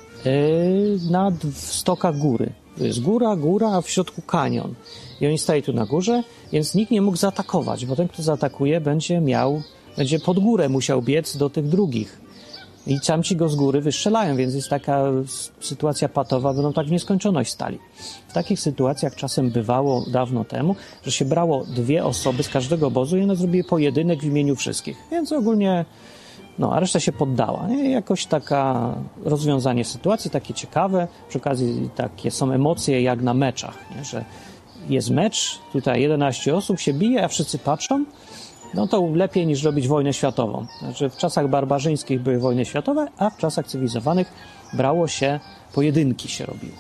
na stokach góry. To jest góra, a w środku kanion. I oni stali tu na górze, więc nikt nie mógł zaatakować, bo ten, kto zaatakuje, będzie pod górę musiał biec do tych drugich. I tamci go z góry wystrzelają, więc jest taka sytuacja patowa, będą tak w nieskończoność stali. W takich sytuacjach czasem bywało dawno temu, że się brało dwie osoby z każdego obozu i one zrobiły pojedynek w imieniu wszystkich. Więc ogólnie, a reszta się poddała. I jakoś taka rozwiązanie sytuacji, takie ciekawe. Przy okazji takie są emocje jak na meczach, nie? Że jest mecz, tutaj 11 osób się bije, a wszyscy patrzą. No to lepiej niż robić wojnę światową. Znaczy w czasach barbarzyńskich były wojny światowe, a w czasach cywilizowanych brało się, pojedynki się robiło.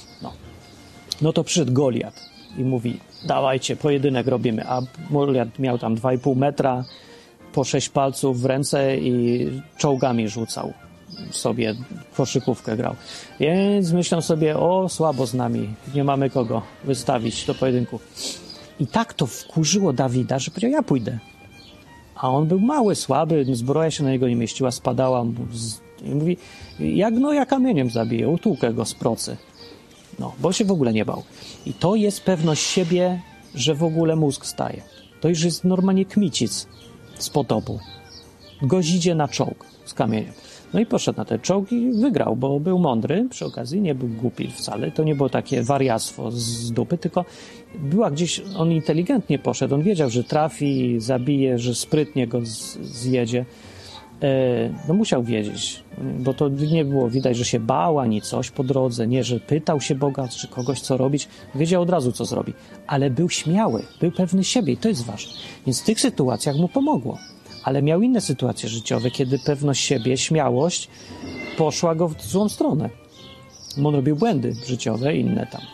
No to przyszedł Goliat i mówi, dawajcie, pojedynek robimy. A Goliat miał tam 2,5 metra, po 6 palców w ręce i czołgami rzucał sobie, koszykówkę grał. Więc myślą sobie, słabo z nami, nie mamy kogo wystawić do pojedynku. I tak to wkurzyło Dawida, że powiedział, ja pójdę. A on był mały, słaby, zbroja się na niego nie mieściła, spadała mu i mówi, ja kamieniem zabiję, utłukę go z procy. Bo się w ogóle nie bał. I to jest pewność siebie, że w ogóle mózg staje. To już jest normalnie kmicic z potopu. Gość idzie na czołg z kamieniem. No i poszedł na ten czołg i wygrał, bo był mądry przy okazji, nie był głupi wcale. To nie było takie wariactwo z dupy, tylko była gdzieś, on inteligentnie poszedł. On wiedział, że trafi, zabije, że sprytnie go zjedzie. Musiał wiedzieć, bo to nie było widać, że się bał ani coś po drodze, nie, że pytał się Boga, czy kogoś co robić. Wiedział od razu, co zrobi. Ale był śmiały, był pewny siebie i to jest ważne. Więc w tych sytuacjach mu pomogło. Ale miał inne sytuacje życiowe, kiedy pewność siebie, śmiałość poszła go w złą stronę. On robił błędy życiowe, inne tam.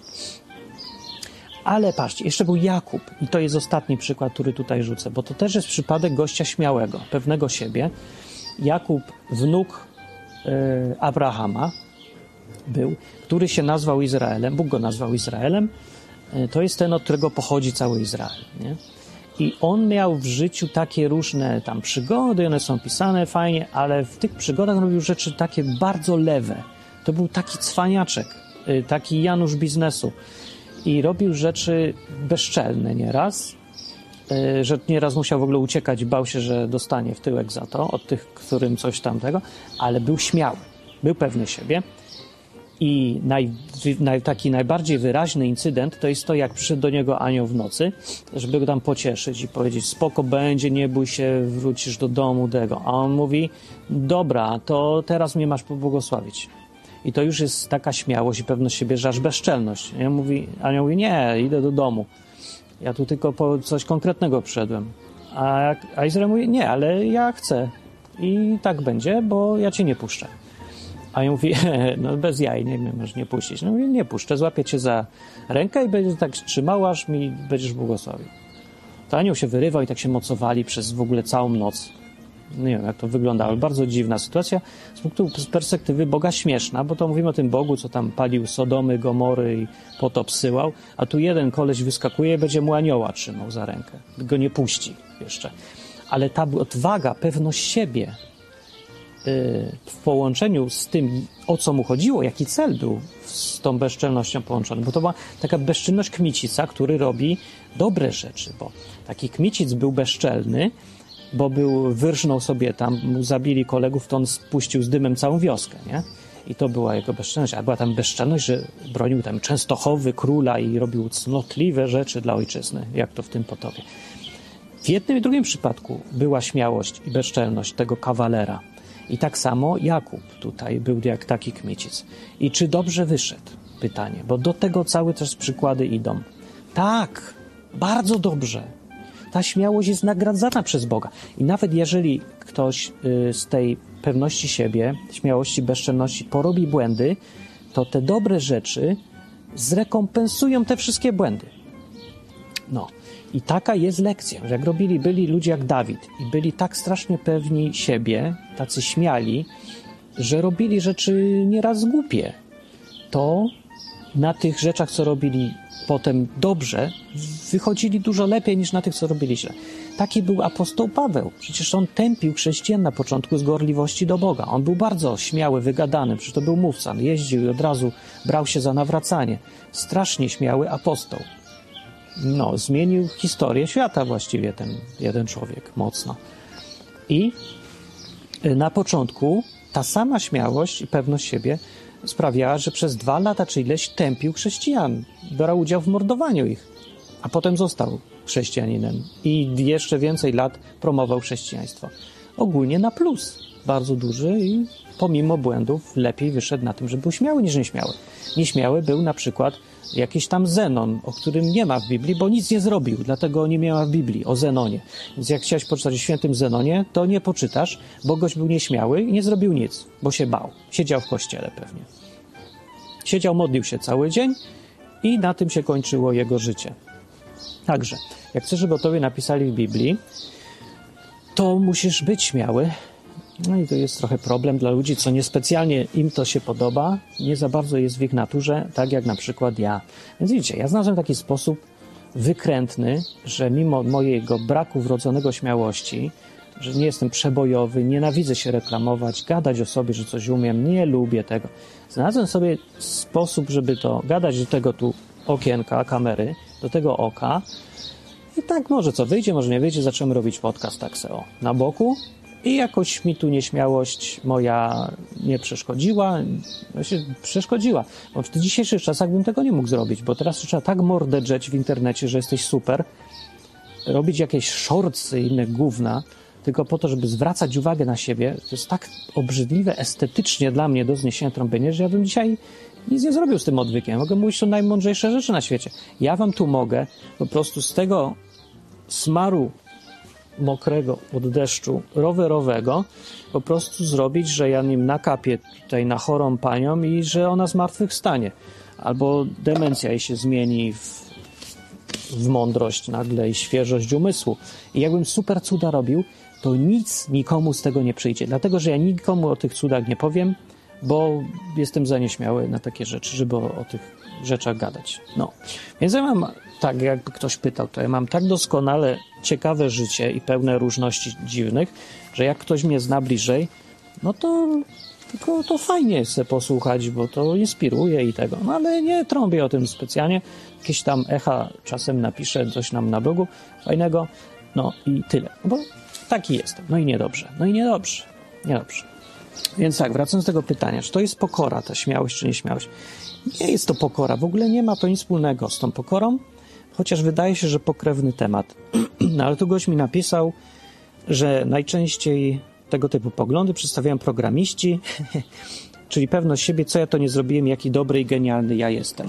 Ale patrzcie, jeszcze był Jakub i to jest ostatni przykład, który tutaj rzucę, bo to też jest przypadek gościa śmiałego, pewnego siebie. Jakub, wnuk Abrahama był, który się nazwał Izraelem, Bóg go nazwał Izraelem. To jest ten, od którego pochodzi cały Izrael, nie? I on miał w życiu takie różne tam przygody, one są pisane fajnie, ale w tych przygodach robił rzeczy takie bardzo lewe. To był taki cwaniaczek, taki Janusz biznesu. I robił rzeczy bezczelne nieraz, że nieraz musiał w ogóle uciekać, bał się, że dostanie w tyłek za to, od tych, którym coś tamtego, ale był śmiały, był pewny siebie. I taki najbardziej wyraźny incydent to jest to, jak przyszedł do niego anioł w nocy, żeby go tam pocieszyć i powiedzieć, spoko będzie, nie bój się, wrócisz do domu tego. A on mówi, dobra, to teraz mnie masz pobłogosławić. I to już jest taka śmiałość i pewność siebie, że aż bezczelność. Anioł mówi, nie, idę do domu. Ja tu tylko po coś konkretnego przyszedłem. A Izrael mówi, nie, ale ja chcę. I tak będzie, bo ja cię nie puszczę. A ja mówi, bez jaj, nie możesz nie puścić. No mówię, nie puszczę, złapię cię za rękę i będziesz tak trzymał, aż mi będziesz błogosławił. To anioł się wyrywał i tak się mocowali przez w ogóle całą noc. Nie wiem, jak to wyglądało. Bardzo dziwna sytuacja. Z perspektywy Boga śmieszna, bo to mówimy o tym Bogu, co tam palił Sodomy, Gomory i potop syłał, a tu jeden koleś wyskakuje i będzie mu anioła trzymał za rękę. Go nie puści jeszcze. Ale ta odwaga, pewność siebie w połączeniu z tym, o co mu chodziło, jaki cel był z tą bezczelnością połączony, bo to była taka bezczynność kmicica, który robi dobre rzeczy, bo taki kmicic był bezczelny, bo wyrżnął sobie tam, mu zabili kolegów, to on spuścił z dymem całą wioskę, nie? I to była jego bezczelność, a była tam bezczelność, że bronił tam Częstochowy, króla i robił cnotliwe rzeczy dla ojczyzny, jak to w tym potopie. W jednym i drugim przypadku była śmiałość i bezczelność tego kawalera. I tak samo Jakub tutaj był jak taki kmicic. I czy dobrze wyszedł? Pytanie, bo do tego całe też przykłady idą. Tak, Bardzo dobrze. Ta śmiałość jest nagradzana przez Boga. I nawet jeżeli ktoś z tej pewności siebie, śmiałości, bezczelności porobi błędy, to te dobre rzeczy zrekompensują te wszystkie błędy. No. I taka jest lekcja, że jak byli ludzie jak Dawid i byli tak strasznie pewni siebie, tacy śmiali, że robili rzeczy nieraz głupie, to na tych rzeczach, co robili potem dobrze, wychodzili dużo lepiej niż na tych, co robili źle. Taki był apostoł Paweł. Przecież on tępił chrześcijan na początku z gorliwości do Boga. On był bardzo śmiały, wygadany, przecież to był mówca. Jeździł i od razu brał się za nawracanie. Strasznie śmiały apostoł. No, zmienił historię świata właściwie ten jeden człowiek mocno. I na początku ta sama śmiałość i pewność siebie sprawiała, że przez 2 lata czy ileś tępił chrześcijan. Brał udział w mordowaniu ich. A potem został chrześcijaninem. I jeszcze więcej lat promował chrześcijaństwo. Ogólnie na plus. Bardzo duży i pomimo błędów lepiej wyszedł na tym, że był śmiały niż nieśmiały. Nieśmiały był na przykład jakiś tam Zenon, o którym nie ma w Biblii, bo nic nie zrobił, dlatego nie miała w Biblii o Zenonie. Więc jak chciałeś poczytać o świętym Zenonie, to nie poczytasz, bo gość był nieśmiały i nie zrobił nic, bo się bał. Siedział w kościele pewnie. Siedział, modlił się cały dzień i na tym się kończyło jego życie. Także, jak chcesz, żeby o tobie napisali w Biblii, to musisz być śmiały. No i to jest trochę problem dla ludzi, co niespecjalnie im to się podoba, nie za bardzo jest w ich naturze, tak jak na przykład ja. Więc widzicie, ja znalazłem taki sposób wykrętny, że mimo mojego braku wrodzonego śmiałości, że nie jestem przebojowy, nienawidzę się reklamować, gadać o sobie, że coś umiem, nie lubię tego. Znalazłem sobie sposób, żeby to gadać do tego tu okienka, kamery, do tego oka i tak może co wyjdzie, może nie wyjdzie, zaczniemy robić podcast tak se na boku. I jakoś mi tu nieśmiałość moja nie przeszkodziła. Właśnie przeszkodziła. Bo w tych dzisiejszych czasach bym tego nie mógł zrobić, bo teraz trzeba tak mordę drzeć w internecie, że jesteś super, robić jakieś shortsy i inne gówna, tylko po to, żeby zwracać uwagę na siebie. To jest tak obrzydliwe estetycznie dla mnie do zniesienia trąbienia, że ja bym dzisiaj nic nie zrobił z tym odwykiem. Mogę mówić to najmądrzejsze rzeczy na świecie. Ja wam tu mogę po prostu z tego smaru mokrego od deszczu rowerowego po prostu zrobić, że ja nim nakapię tutaj na chorą panią i że ona zmartwychwstanie. Albo demencja jej się zmieni w mądrość nagle i świeżość umysłu. I jakbym super cuda robił, to nic nikomu z tego nie przyjdzie. Dlatego, że ja nikomu o tych cudach nie powiem, bo jestem za nieśmiały na takie rzeczy, żeby o tych rzeczach gadać. No. Więc ja mam, tak jakby ktoś pytał, to ja mam tak doskonale ciekawe życie i pełne różności dziwnych, że jak ktoś mnie zna bliżej, no to tylko to fajnie jest sobie posłuchać, bo to inspiruje i tego. No ale nie trąbię o tym specjalnie. Jakieś tam echa czasem napiszę coś nam na blogu fajnego. No i tyle. Bo taki jestem. No i niedobrze. Niedobrze. Więc tak, wracając do tego pytania, czy to jest pokora, ta śmiałość czy nieśmiałość? Nie jest to pokora. W ogóle nie ma to nic wspólnego z tą pokorą, chociaż wydaje się, że pokrewny temat. No ale tu gość mi napisał, że najczęściej tego typu poglądy przedstawiają programiści, czyli pewność siebie, co ja to nie zrobiłem, jaki dobry i genialny ja jestem.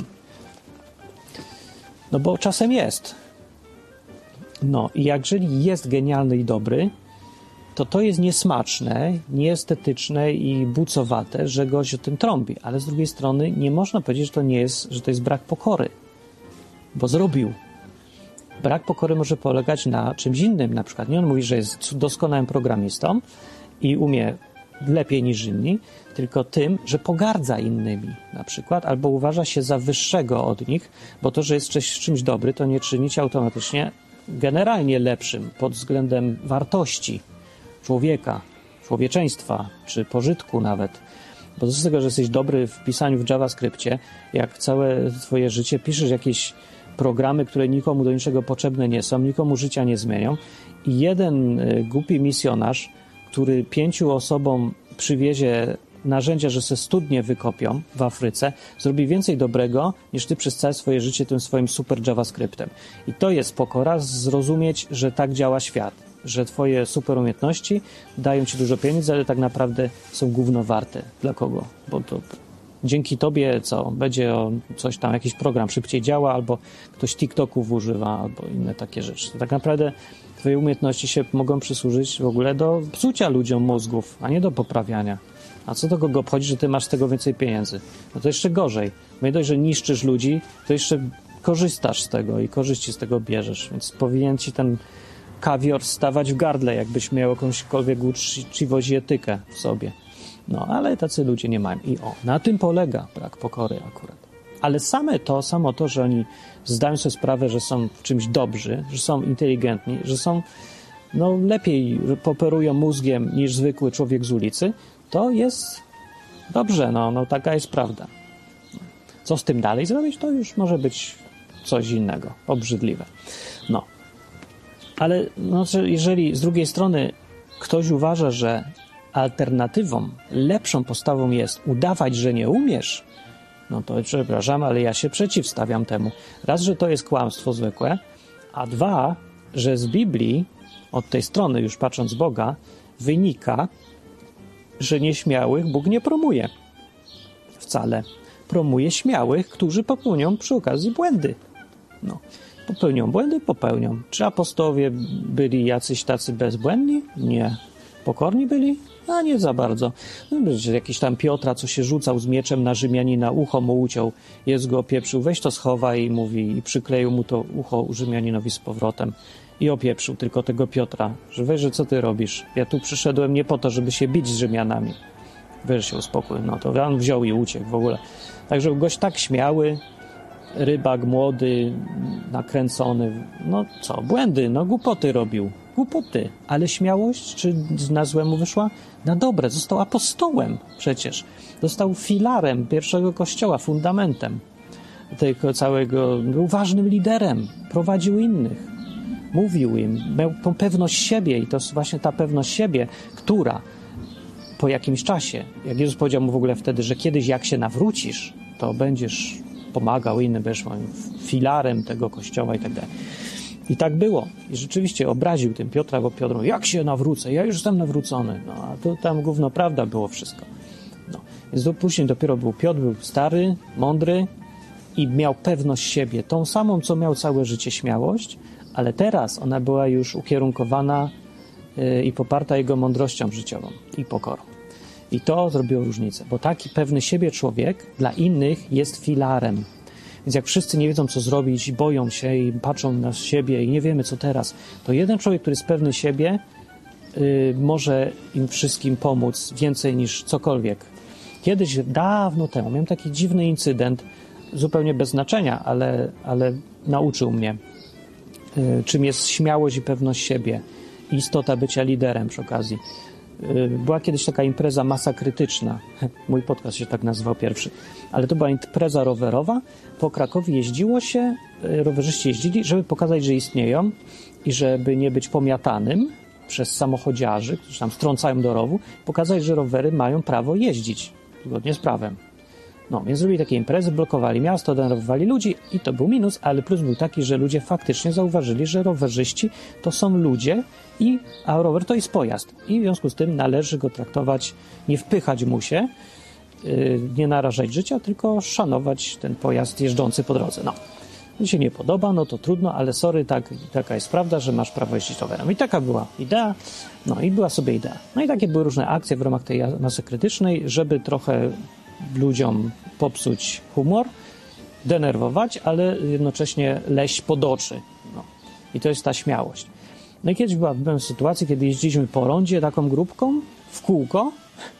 No bo czasem jest. No i jeżeli jest genialny i dobry, to jest niesmaczne, nieestetyczne i bucowate, że gość o tym trąbi. Ale z drugiej strony nie można powiedzieć, że to jest brak pokory, bo zrobił. Brak pokory może polegać na czymś innym. Na przykład nie on mówi, że jest doskonałym programistą i umie lepiej niż inni, tylko tym, że pogardza innymi na przykład, albo uważa się za wyższego od nich, bo to, że jest czymś dobry, to nie czyni cię automatycznie generalnie lepszym pod względem wartości człowieka, człowieczeństwa, czy pożytku nawet. Bo z tego, że jesteś dobry w pisaniu w JavaScriptie, jak całe twoje życie piszesz jakieś programy, które nikomu do niczego potrzebne nie są, nikomu życia nie zmienią i jeden głupi misjonarz, który 5 osobom przywiezie narzędzia, że se studnie wykopią w Afryce, zrobi więcej dobrego niż ty przez całe swoje życie tym swoim super JavaScriptem. I to jest pokora, zrozumieć, że tak działa świat, że twoje super umiejętności dają ci dużo pieniędzy, ale tak naprawdę są gówno warte. Dla kogo? Bo to Dzięki tobie będzie coś tam, jakiś program szybciej działa, albo ktoś TikToków używa, albo inne takie rzeczy. To tak naprawdę twoje umiejętności się mogą przysłużyć w ogóle do psucia ludziom mózgów, a nie do poprawiania. A co do kogo obchodzi, że ty masz z tego więcej pieniędzy? No to jeszcze gorzej. Nie dość, że niszczysz ludzi, to jeszcze korzystasz z tego i korzyści z tego bierzesz. Więc powinien ci ten kawior stawać w gardle, jakbyś miał jakąśkolwiek uczciwość i etykę w sobie. No, ale tacy ludzie nie mają. I na tym polega brak pokory akurat. Ale samo to, że oni zdają sobie sprawę, że są w czymś dobrzy, że są inteligentni, że są, lepiej operują mózgiem niż zwykły człowiek z ulicy, to jest dobrze, taka jest prawda. Co z tym dalej zrobić, to już może być coś innego, obrzydliwe. Ale jeżeli z drugiej strony ktoś uważa, że alternatywą, lepszą postawą jest udawać, że nie umiesz, to przepraszam, ale ja się przeciwstawiam temu. Raz, że to jest kłamstwo zwykłe, a dwa, że z Biblii, od tej strony już patrząc Boga, wynika, że nieśmiałych Bóg nie promuje. Wcale. Promuje śmiałych, którzy popełnią przy okazji błędy. Popełnią. Czy apostołowie byli jacyś tacy bezbłędni? Nie. Pokorni byli? A nie za bardzo. Jakiś tam Piotra, co się rzucał z mieczem na Rzymianina, ucho mu uciął, Jezus go opieprzył, weź to schowaj i mówi, i przykleił mu to ucho Rzymianinowi z powrotem i opieprzył tylko tego Piotra, że weź, że co ty robisz? Ja tu przyszedłem nie po to, żeby się bić z Rzymianami. Weź się uspokój. To on wziął i uciekł w ogóle. Także gość tak śmiały, rybak młody, nakręcony, błędy, głupoty robił. Głupoty, ale śmiałość, czy na złe mu wyszła? Na dobre, został apostołem przecież. Został filarem pierwszego kościoła, fundamentem tego całego, był ważnym liderem, prowadził innych, mówił im, miał tą pewność siebie i to jest właśnie ta pewność siebie, która po jakimś czasie, jak Jezus powiedział mu w ogóle wtedy, że kiedyś jak się nawrócisz, to będziesz pomagał innym, będziesz moim filarem tego kościoła i tak dalej. I tak było. I rzeczywiście obraził tym Piotra, bo Piotr mówi, jak się nawrócę? Ja już jestem nawrócony. A to tam gówno prawda było wszystko. Więc później dopiero był Piotr, był stary, mądry i miał pewność siebie. Tą samą, co miał całe życie śmiałość, ale teraz ona była już ukierunkowana i poparta jego mądrością życiową i pokorą. I to zrobiło różnicę, bo taki pewny siebie człowiek dla innych jest filarem. Więc jak wszyscy nie wiedzą, co zrobić i boją się i patrzą na siebie i nie wiemy, co teraz, to jeden człowiek, który jest pewny siebie, może im wszystkim pomóc więcej niż cokolwiek. Kiedyś, dawno temu, miałem taki dziwny incydent, zupełnie bez znaczenia, ale nauczył mnie, czym jest śmiałość i pewność siebie. Istota bycia liderem przy okazji. Była kiedyś taka impreza Masa Krytyczna. Mój podcast się tak nazywał pierwszy. Ale to była impreza rowerowa. Po Krakowie jeździło się, rowerzyści jeździli, żeby pokazać, że istnieją i żeby nie być pomiatanym przez samochodziarzy, którzy tam strącają do rowu, pokazać, że rowery mają prawo jeździć zgodnie z prawem. Więc zrobili takie imprezy, blokowali miasto, denerwowali ludzi i to był minus, ale plus był taki, że ludzie faktycznie zauważyli, że rowerzyści to są ludzie, a rower to jest pojazd. I w związku z tym należy go traktować, nie wpychać mu się, nie narażać życia, tylko szanować ten pojazd jeżdżący po drodze. Mi się nie podoba, to trudno, ale sorry, taka jest prawda, że masz prawo jeździć rowerem. I taka była idea, i była sobie idea. I takie były różne akcje w ramach tej masy krytycznej, żeby trochę ludziom popsuć humor, denerwować, ale jednocześnie leść pod oczy. I to jest ta śmiałość. I kiedyś byłem w sytuacji, kiedy jeździliśmy po rondzie taką grupką w kółko,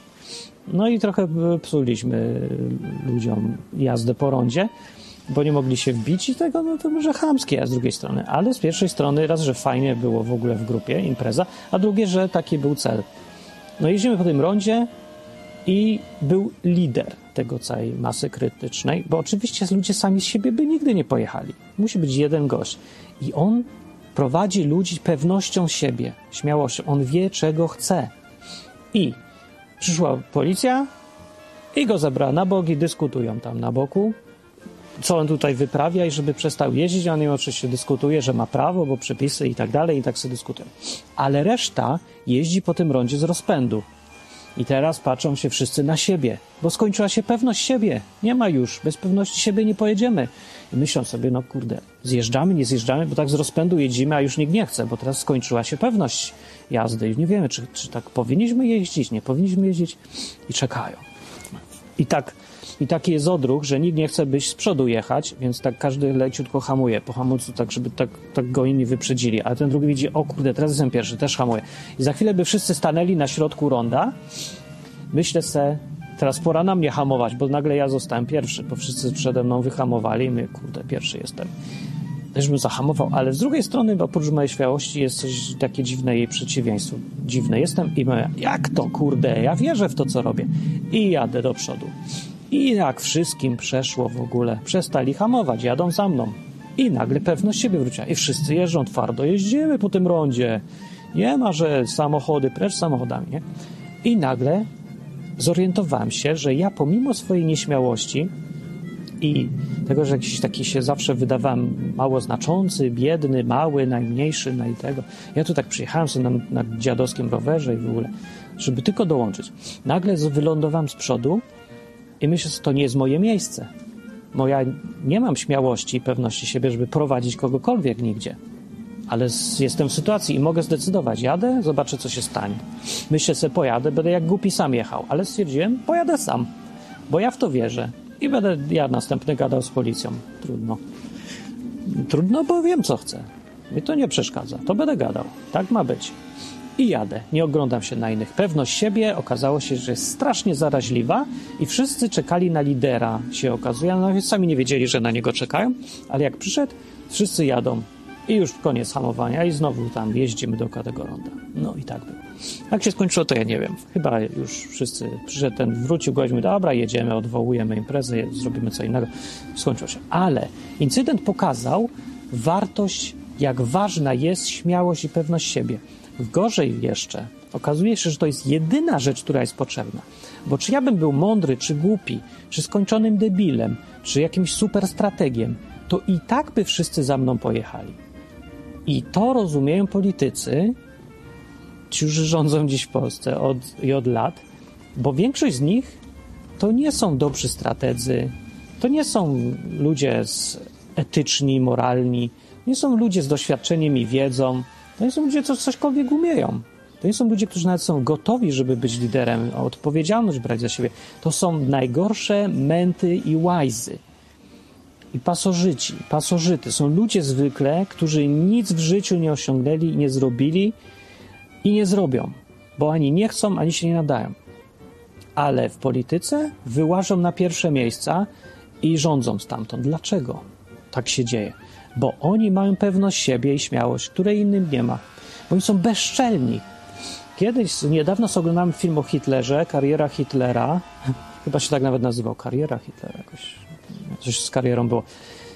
i trochę psuliśmy ludziom jazdę po rondzie, bo nie mogli się wbić i tego, to może chamskie, a z drugiej strony. Ale z pierwszej strony raz, że fajnie było w ogóle w grupie, impreza, a drugie, że taki był cel. Jeździmy po tym rondzie i był lider tego całej masy krytycznej, bo oczywiście ludzie sami z siebie by nigdy nie pojechali. Musi być jeden gość. I on prowadzi ludzi pewnością siebie, śmiałością. On wie, czego chce. I przyszła policja i go zabrała na bok i dyskutują tam na boku, co on tutaj wyprawia i żeby przestał jeździć. On im oczywiście dyskutuje, że ma prawo, bo przepisy i tak dalej, i tak sobie dyskutują. Ale reszta jeździ po tym rondzie z rozpędu. I teraz patrzą się wszyscy na siebie, bo skończyła się pewność siebie. Nie ma już, bez pewności siebie nie pojedziemy. I myślą sobie, no kurde, zjeżdżamy, nie zjeżdżamy, bo tak z rozpędu jeździmy, a już nikt nie chce, bo teraz skończyła się pewność jazdy. I nie wiemy, czy tak powinniśmy jeździć, nie powinniśmy jeździć. I czekają. I taki jest odruch, że nikt nie chce być z przodu jechać, więc tak każdy leciutko hamuje po hamulcu, tak żeby tak go inni wyprzedzili. Ale ten drugi widzi, o kurde, teraz jestem pierwszy, też hamuję. I za chwilę by wszyscy stanęli na środku ronda. Myślę se, teraz pora na mnie hamować, bo nagle ja zostałem pierwszy, bo wszyscy przede mną wyhamowali i my, kurde, pierwszy jestem. Też bym zahamował, ale z drugiej strony, oprócz mojej śmiałości jest coś takie dziwne, jej przeciwieństwo. Dziwne jestem i mówię, jak to, kurde, ja wierzę w to, co robię. I jadę do przodu. I jak wszystkim przeszło w ogóle, przestali hamować, jadą za mną. I nagle pewność siebie wróciła. I wszyscy jeżdżą twardo, jeździmy po tym rondzie. Nie ma, że samochody, precz samochodami, nie? I nagle zorientowałem się, że ja pomimo swojej nieśmiałości i tego, że jakiś taki się zawsze wydawałem mało znaczący, biedny, mały, najmniejszy, tego. Ja tu tak przyjechałem sobie na dziadowskim rowerze i w ogóle, żeby tylko dołączyć. Nagle wylądowałem z przodu i myślę, że to nie jest moje miejsce. Ja nie mam śmiałości i pewności siebie, żeby prowadzić kogokolwiek nigdzie. Ale jestem w sytuacji i mogę zdecydować. Jadę, zobaczę, co się stanie. Myślę sobie, pojadę, będę jak głupi sam jechał. Ale stwierdziłem, pojadę sam, bo ja w to wierzę. I będę ja następny gadał z policją. Trudno, bo wiem, co chcę. Mi to nie przeszkadza. To będę gadał. Tak ma być. I jadę. Nie oglądam się na innych. Pewność siebie okazało się, że jest strasznie zaraźliwa i wszyscy czekali na lidera, się okazuje. No, sami nie wiedzieli, że na niego czekają, ale jak przyszedł, wszyscy jadą. I już koniec hamowania i znowu tam jeździmy do tego ronda. No i tak było. Jak się skończyło, to ja nie wiem. Chyba już wszyscy przyszedł wrócił, gośmy, dobra, jedziemy, odwołujemy imprezę, zrobimy co innego. Skończyło się. Ale incydent pokazał wartość, jak ważna jest śmiałość i pewność siebie. Gorzej jeszcze, okazuje się, że to jest jedyna rzecz, która jest potrzebna. Bo czy ja bym był mądry, czy głupi, czy skończonym debilem, czy jakimś super strategiem, to i tak by wszyscy za mną pojechali. I to rozumieją politycy, którzy rządzą dziś w Polsce od lat, bo większość z nich to nie są dobrzy strategzy, to nie są ludzie etyczni, moralni, nie są ludzie z doświadczeniem i wiedzą, to nie są ludzie, co cośkolwiek umieją. To nie są ludzie, którzy nawet są gotowi, żeby być liderem, a odpowiedzialność brać za siebie. To są najgorsze męty i łajzy. I pasożyty. Są ludzie zwykle, którzy nic w życiu nie osiągnęli i nie zrobili i nie zrobią, bo ani nie chcą, ani się nie nadają. Ale w polityce wyłażą na pierwsze miejsca i rządzą stamtąd. Dlaczego tak się dzieje? Bo oni mają pewność siebie i śmiałość, której innym nie ma. Bo oni są bezczelni. Niedawno oglądałem film o Hitlerze, Kariera Hitlera. Chyba się tak nawet nazywał, Kariera Hitlera jakoś. Coś z karierą było.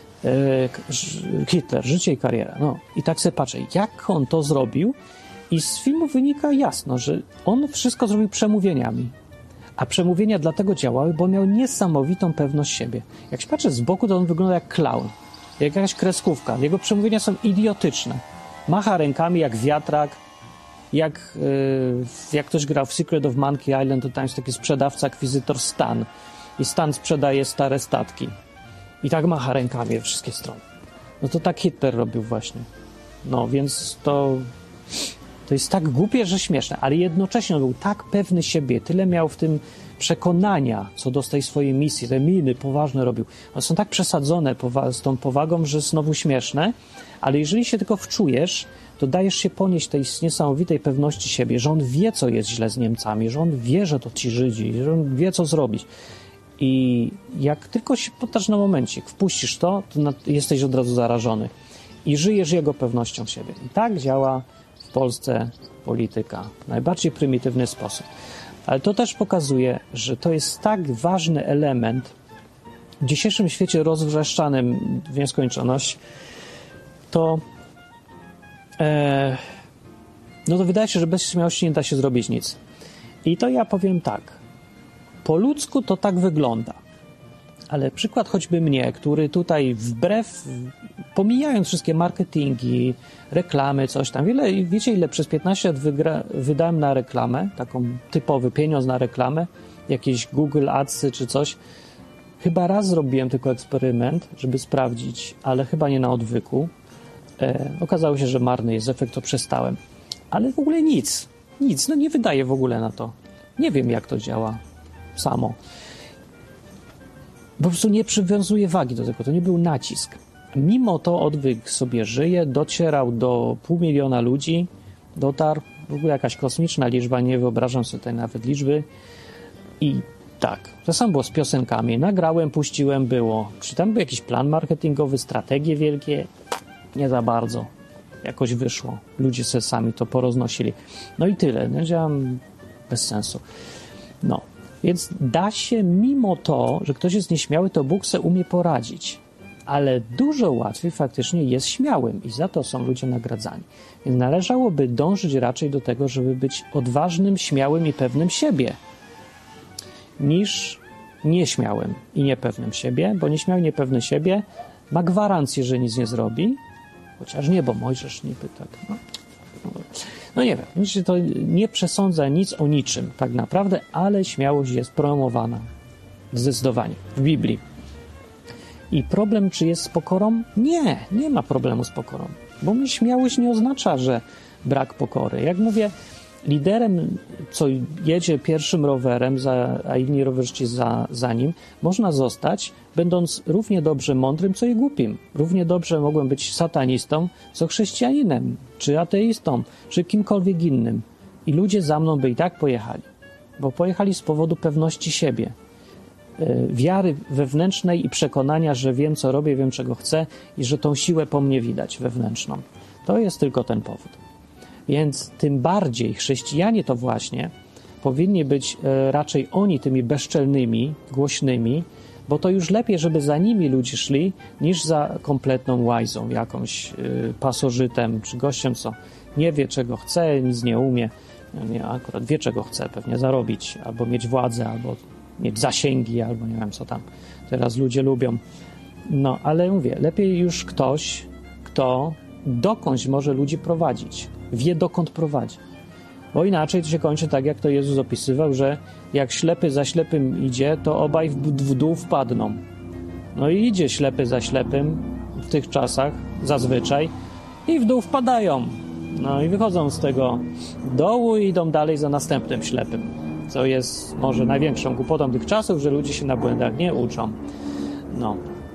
Hitler, życie i kariera. No i tak sobie patrzę, jak on to zrobił i z filmu wynika jasno, że on wszystko zrobił przemówieniami. A przemówienia dlatego działały, bo miał niesamowitą pewność siebie. Jak się patrzy z boku, to on wygląda jak klaun, jak jakaś kreskówka. Jego przemówienia są idiotyczne. Macha rękami jak wiatrak, jak ktoś grał w Secret of Monkey Island, to tam jest taki sprzedawca, akwizytor Stan. I Stan sprzedaje stare statki. I tak macha rękami we wszystkie strony. No to tak Hitler robił właśnie. No więc to jest tak głupie, że śmieszne, ale jednocześnie on był tak pewny siebie, tyle miał w tym przekonania co do tej swojej misji, te miny poważne robił. One są tak przesadzone z tą powagą, że znowu śmieszne, ale jeżeli się tylko wczujesz, to dajesz się ponieść tej niesamowitej pewności siebie, że on wie, co jest źle z Niemcami, że on wie, że to ci Żydzi, że on wie, co zrobić. I jak tylko się poddasz na momencik, wpuścisz to jesteś od razu zarażony i żyjesz jego pewnością siebie. I tak działa w Polsce polityka w najbardziej prymitywny sposób. Ale to też pokazuje, że to jest tak ważny element w dzisiejszym świecie rozwrzeszczanym w nieskończoność, to wydaje się, że bez śmiałości nie da się zrobić nic. I to ja powiem tak. Po ludzku to tak wygląda. Ale przykład choćby mnie, który tutaj wbrew pomijając wszystkie marketingi, reklamy, coś tam. Wiecie, ile przez 15 lat wydałem na reklamę, taką typowy pieniądz na reklamę, jakieś Google Adsy czy coś. Chyba raz zrobiłem tylko eksperyment, żeby sprawdzić, ale chyba nie na odwyku. Okazało się, że marny jest efekt, to przestałem. Ale w ogóle nic, no nie wydaję w ogóle na to. Nie wiem, jak to działa samo. Po prostu nie przywiązuję wagi do tego, to nie był nacisk. Mimo to odwyk sobie żyje, docierał do 500 000 ludzi, dotarł, w ogóle jakaś kosmiczna liczba, nie wyobrażam sobie tej nawet liczby. I tak, to samo było z piosenkami. Nagrałem, puściłem, było. Czy tam był jakiś plan marketingowy, strategie wielkie? Nie za bardzo. Jakoś wyszło. Ludzie sobie sami to poroznosili. No i tyle. No, działam bez sensu. No, więc da się, mimo to, że ktoś jest nieśmiały, to Bóg se umie poradzić. Ale dużo łatwiej faktycznie jest śmiałym i za to są ludzie nagradzani. Więc należałoby dążyć raczej do tego, żeby być odważnym, śmiałym i pewnym siebie, niż nieśmiałym i niepewnym siebie, bo nieśmiały i niepewny siebie ma gwarancję, że nic nie zrobi, chociaż nie, bo Mojżesz niby tak, no nie wiem, to nie przesądza nic o niczym tak naprawdę, ale śmiałość jest promowana zdecydowanie w Biblii. I problem, czy jest z pokorą? Nie ma problemu z pokorą, bo śmiałość nie oznacza, że brak pokory. Jak mówię, liderem, co jedzie pierwszym rowerem, a inni rowerzyści za nim, można zostać, będąc równie dobrze mądrym, co i głupim. Równie dobrze mogłem być satanistą, co chrześcijaninem, czy ateistą, czy kimkolwiek innym. I ludzie za mną by i tak pojechali, bo pojechali z powodu pewności siebie, wiary wewnętrznej i przekonania, że wiem, co robię, wiem, czego chcę i że tą siłę po mnie widać wewnętrzną. To jest tylko ten powód. Więc tym bardziej chrześcijanie to właśnie powinni być raczej oni tymi bezczelnymi, głośnymi, bo to już lepiej, żeby za nimi ludzie szli, niż za kompletną łajzą, jakąś pasożytem, czy gościem, co nie wie, czego chce, nic nie umie. Nie, akurat wie, czego chce, pewnie zarobić, albo mieć władzę, albo mieć zasięgi, albo nie wiem, co tam teraz ludzie lubią. No, ale mówię, lepiej już ktoś, kto dokądś może ludzi prowadzić, wie, dokąd prowadzi. Bo inaczej to się kończy tak, jak to Jezus opisywał, że jak ślepy za ślepym idzie, to obaj w dół wpadną. No i idzie ślepy za ślepym w tych czasach, zazwyczaj, i w dół wpadają. No i wychodzą z tego dołu i idą dalej za następnym ślepym, co jest może największą głupotą tych czasów, że ludzie się na błędach nie uczą. No.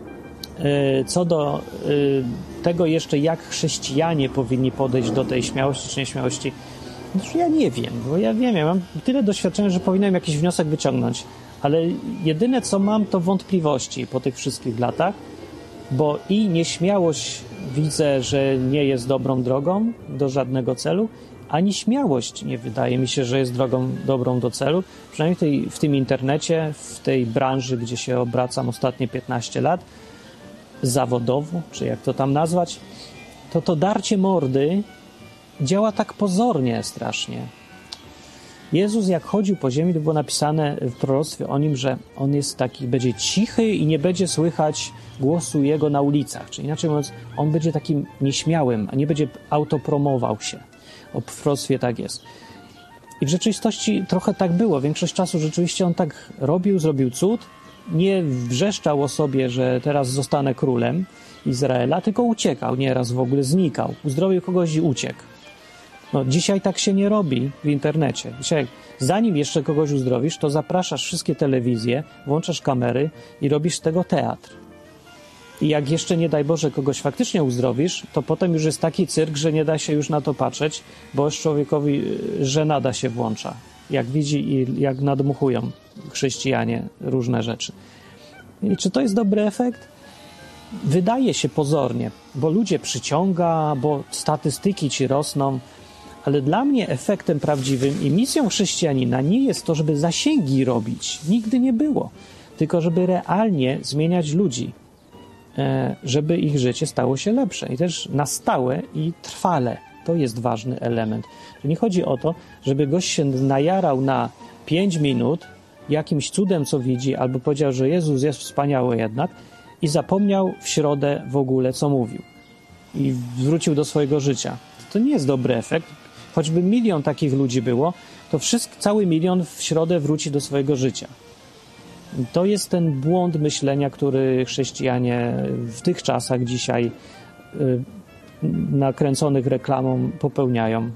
Co do tego jeszcze, jak chrześcijanie powinni podejść do tej śmiałości czy nieśmiałości, ja nie wiem, bo ja mam tyle doświadczenia, że powinienem jakiś wniosek wyciągnąć, ale jedyne, co mam, to wątpliwości po tych wszystkich latach, bo i nieśmiałość widzę, że nie jest dobrą drogą do żadnego celu, ani śmiałość nie wydaje mi się, że jest drogą dobrą do celu, przynajmniej w tym internecie, w tej branży, gdzie się obracam ostatnie 15 lat, zawodowo, czy jak to tam nazwać, to darcie mordy działa tak pozornie strasznie. Jezus, jak chodził po ziemi, to było napisane w proroctwie o nim, że on jest taki, będzie cichy i nie będzie słychać głosu jego na ulicach. Czyli inaczej mówiąc, on będzie takim nieśmiałym, a nie będzie autopromował się. O, w proroctwie tak jest. I w rzeczywistości trochę tak było. Większość czasu rzeczywiście on tak zrobił cud, nie wrzeszczał o sobie, że teraz zostanę królem Izraela, tylko uciekał, nieraz w ogóle znikał. Uzdrowił kogoś i uciekł. No, dzisiaj tak się nie robi w internecie. Dzisiaj, zanim jeszcze kogoś uzdrowisz, to zapraszasz wszystkie telewizje, włączasz kamery i robisz z tego teatr. I jak jeszcze, nie daj Boże, kogoś faktycznie uzdrowisz, to potem już jest taki cyrk, że nie da się już na to patrzeć, bo już człowiekowi żenada się włącza. Jak widzi i jak nadmuchują chrześcijanie różne rzeczy. I czy to jest dobry efekt? Wydaje się pozornie, bo ludzie przyciąga, bo statystyki ci rosną, ale dla mnie efektem prawdziwym i misją chrześcijanina nie jest to, żeby zasięgi robić. Nigdy nie było. Tylko żeby realnie zmieniać ludzi. Żeby ich życie stało się lepsze. I też na stałe i trwale. To jest ważny element. Nie chodzi o to, żeby gość się najarał na 5 minut jakimś cudem, co widzi, albo powiedział, że Jezus jest wspaniały jednak, i zapomniał w środę w ogóle, co mówił i wrócił do swojego życia. To nie jest dobry efekt. Choćby 1 milion takich ludzi było, to cały 1 milion w środę wróci do swojego życia. I to jest ten błąd myślenia, który chrześcijanie w tych czasach dzisiaj nakręconych reklamą popełniają.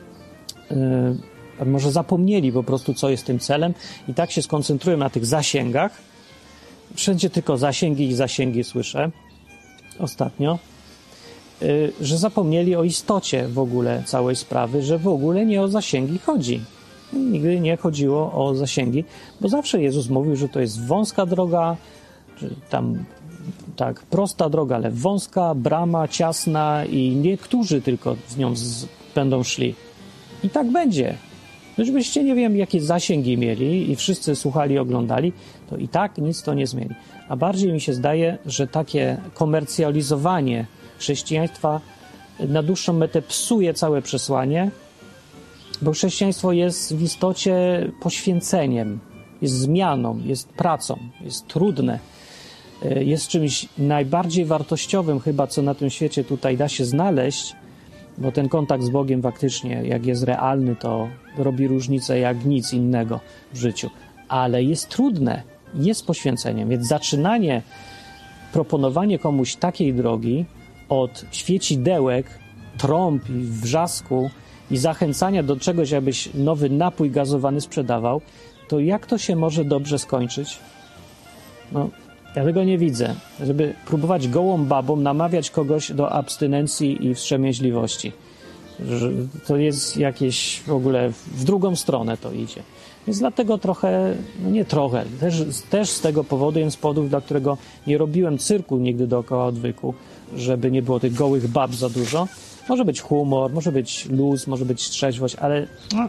Może zapomnieli po prostu, co jest tym celem i tak się skoncentrują na tych zasięgach. Wszędzie tylko zasięgi i zasięgi słyszę ostatnio, że zapomnieli o istocie w ogóle całej sprawy, że w ogóle nie o zasięgi chodzi. Nigdy nie chodziło o zasięgi, bo zawsze Jezus mówił, że to jest wąska droga, czy tam tak, prosta droga, ale wąska, brama ciasna i niektórzy tylko z nią będą szli. I tak będzie. Gdybyście nie wiem, jakie zasięgi mieli i wszyscy słuchali, oglądali, to i tak nic to nie zmieni. A bardziej mi się zdaje, że takie komercjalizowanie chrześcijaństwa na dłuższą metę psuje całe przesłanie, bo chrześcijaństwo jest w istocie poświęceniem, jest zmianą, jest pracą, jest trudne, jest czymś najbardziej wartościowym chyba, co na tym świecie tutaj da się znaleźć, bo ten kontakt z Bogiem faktycznie, jak jest realny, to robi różnicę jak nic innego w życiu. Ale jest trudne, jest poświęceniem, więc zaczynanie, proponowanie komuś takiej drogi od świecidełek, trąb i wrzasku i zachęcania do czegoś, abyś nowy napój gazowany sprzedawał, to jak to się może dobrze skończyć? No, ja tego nie widzę. Żeby próbować gołą babą namawiać kogoś do abstynencji i wstrzemięźliwości. Że to jest jakieś w ogóle w drugą stronę to idzie. Więc dlatego trochę, no nie trochę, też z tego powodu, jeden z powodów, dla którego nie robiłem cyrku nigdy dookoła odwyku, żeby nie było tych gołych bab za dużo. Może być humor, może być luz, może być trzeźwość, ale no,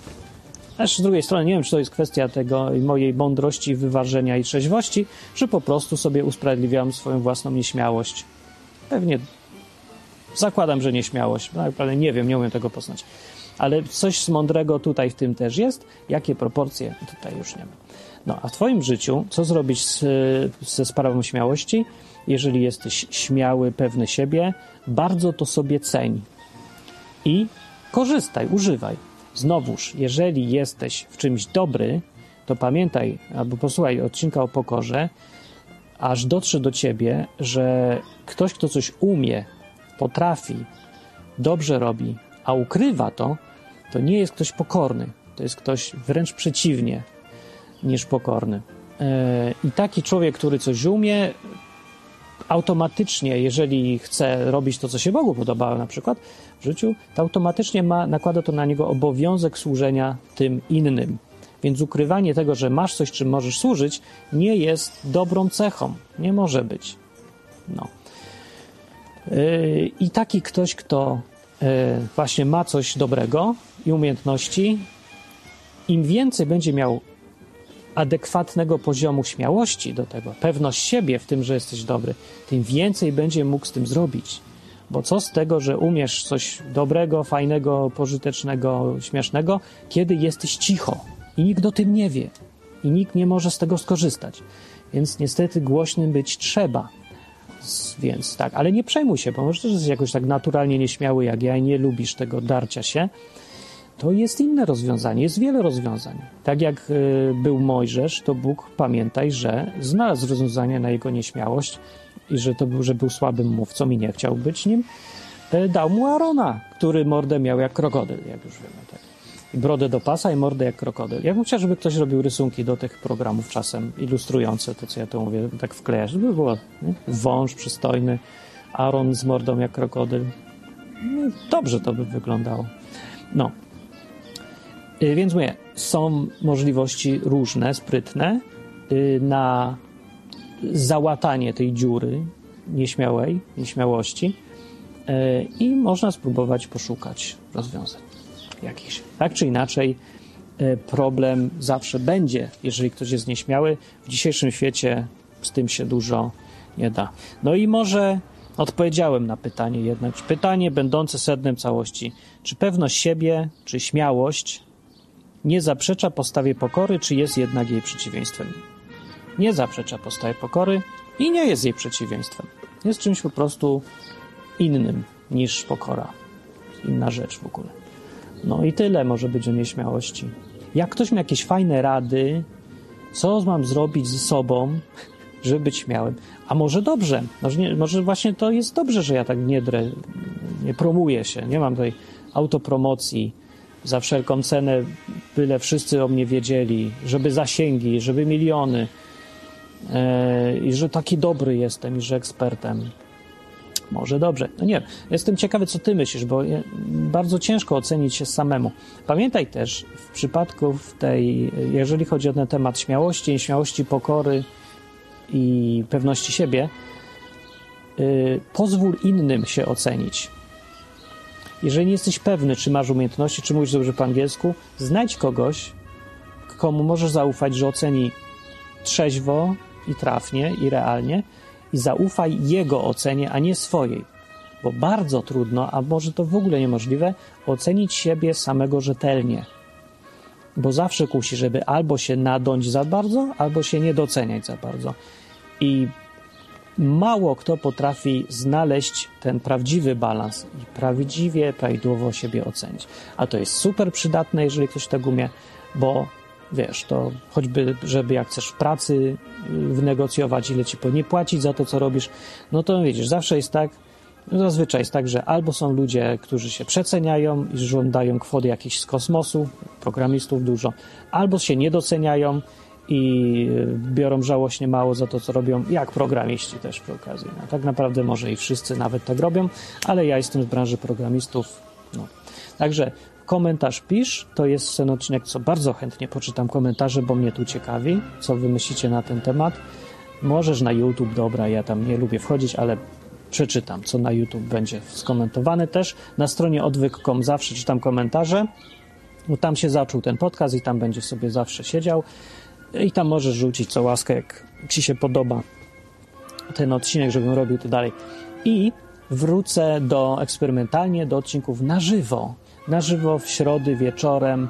też z drugiej strony nie wiem, czy to jest kwestia tego i mojej mądrości, wyważenia i trzeźwości, czy po prostu sobie usprawiedliwiam swoją własną nieśmiałość. Pewnie zakładam, że nieśmiałość, ale nie wiem, nie umiem tego poznać. Ale coś mądrego tutaj w tym też jest. Jakie proporcje? Tutaj już nie ma. No, a w twoim życiu, co zrobić ze sprawą śmiałości? Jeżeli jesteś śmiały, pewny siebie, bardzo to sobie ceń. I korzystaj, używaj. Znowuż, jeżeli jesteś w czymś dobry, to pamiętaj, albo posłuchaj odcinka o pokorze, aż dotrze do ciebie, że ktoś, kto coś umie, potrafi, dobrze robi, a ukrywa to, to nie jest ktoś pokorny. To jest ktoś wręcz przeciwnie niż pokorny. I taki człowiek, który coś umie, automatycznie, jeżeli chce robić to, co się Bogu podoba na przykład w życiu, to automatycznie nakłada to na niego obowiązek służenia tym innym. Więc ukrywanie tego, że masz coś, czym możesz służyć, nie jest dobrą cechą. Nie może być. No. I taki ktoś, kto właśnie ma coś dobrego i umiejętności, im więcej będzie miał adekwatnego poziomu śmiałości do tego, pewność siebie w tym, że jesteś dobry, tym więcej będzie mógł z tym zrobić. Bo co z tego, że umiesz coś dobrego, fajnego, pożytecznego, śmiesznego, kiedy jesteś cicho i nikt o tym nie wie i nikt nie może z tego skorzystać. Więc niestety głośnym być trzeba. Więc tak, ale nie przejmuj się, bo może też jesteś jakoś tak naturalnie nieśmiały jak ja i nie lubisz tego darcia się. To jest inne rozwiązanie, jest wiele rozwiązań. Tak jak był Mojżesz, to Bóg, pamiętaj, że znalazł rozwiązanie na jego nieśmiałość i że był słabym mówcą i nie chciał być nim. Dał mu Aarona, który mordę miał jak krokodyl, jak już wiemy. Tak. I brodę do pasa i mordę jak krokodyl. Ja bym chciał, żeby ktoś robił rysunki do tych programów czasem ilustrujące to, co ja tu mówię, tak wklejać, żeby było wąż przystojny, Aaron z mordą jak krokodyl. No, dobrze to by wyglądało. No. Więc mówię, są możliwości różne, sprytne na załatanie tej dziury nieśmiałości i można spróbować poszukać rozwiązań jakichś. Tak czy inaczej problem zawsze będzie, jeżeli ktoś jest nieśmiały. W dzisiejszym świecie z tym się dużo nie da. No i może odpowiedziałem na pytanie jednak. Pytanie będące sednem całości. Czy pewność siebie, czy śmiałość nie zaprzecza postawie pokory, czy jest jednak jej przeciwieństwem? Nie zaprzecza postawie pokory, I nie jest jej przeciwieństwem. Jest czymś po prostu innym niż pokora. Inna rzecz w ogóle. No i tyle może być o nieśmiałości. Jak ktoś ma jakieś fajne rady, co mam zrobić ze sobą, żeby być śmiałym? A może dobrze, może właśnie to jest dobrze, że ja tak nie promuję się, nie mam tej autopromocji za wszelką cenę, byle wszyscy o mnie wiedzieli, żeby zasięgi, żeby miliony i że taki dobry jestem i że ekspertem. Może dobrze. No nie, jestem ciekawy, co ty myślisz, bo bardzo ciężko ocenić się samemu. Pamiętaj też, w przypadku jeżeli chodzi o ten temat śmiałości, nieśmiałości, pokory i pewności siebie, pozwól innym się ocenić. Jeżeli nie jesteś pewny, czy masz umiejętności, czy mówisz dobrze po angielsku, znajdź kogoś, komu możesz zaufać, że oceni trzeźwo i trafnie i realnie i zaufaj jego ocenie, a nie swojej. Bo bardzo trudno, a może to w ogóle niemożliwe, ocenić siebie samego rzetelnie. Bo zawsze kusi, żeby albo się nadąć za bardzo, albo się nie doceniać za bardzo. I mało kto potrafi znaleźć ten prawdziwy balans i prawidłowo siebie ocenić. A to jest super przydatne, jeżeli ktoś tak umie, bo wiesz, to choćby, żeby jak chcesz w pracy wynegocjować, ile ci powinni płacić za to, co robisz, no to widzisz, zazwyczaj jest tak, że albo są ludzie, którzy się przeceniają i żądają kwot jakichś z kosmosu, programistów dużo, albo się nie doceniają i biorą żałośnie mało za to, co robią, jak programiści też przy okazji. No, tak naprawdę może i wszyscy nawet tak robią, ale ja jestem z branży programistów. No. Także komentarz pisz, to jest ten odcinek, co bardzo chętnie poczytam komentarze, bo mnie tu ciekawi, co wy myślicie na ten temat. Możesz na YouTube, dobra, ja tam nie lubię wchodzić, ale przeczytam, co na YouTube będzie skomentowane też. Na stronie odwyk.com zawsze czytam komentarze, bo tam się zaczął ten podcast i tam będzie sobie zawsze siedział. I tam możesz rzucić co łaskę, jak ci się podoba ten odcinek, żebym robił to dalej. I wrócę eksperymentalnie do odcinków na żywo w środy wieczorem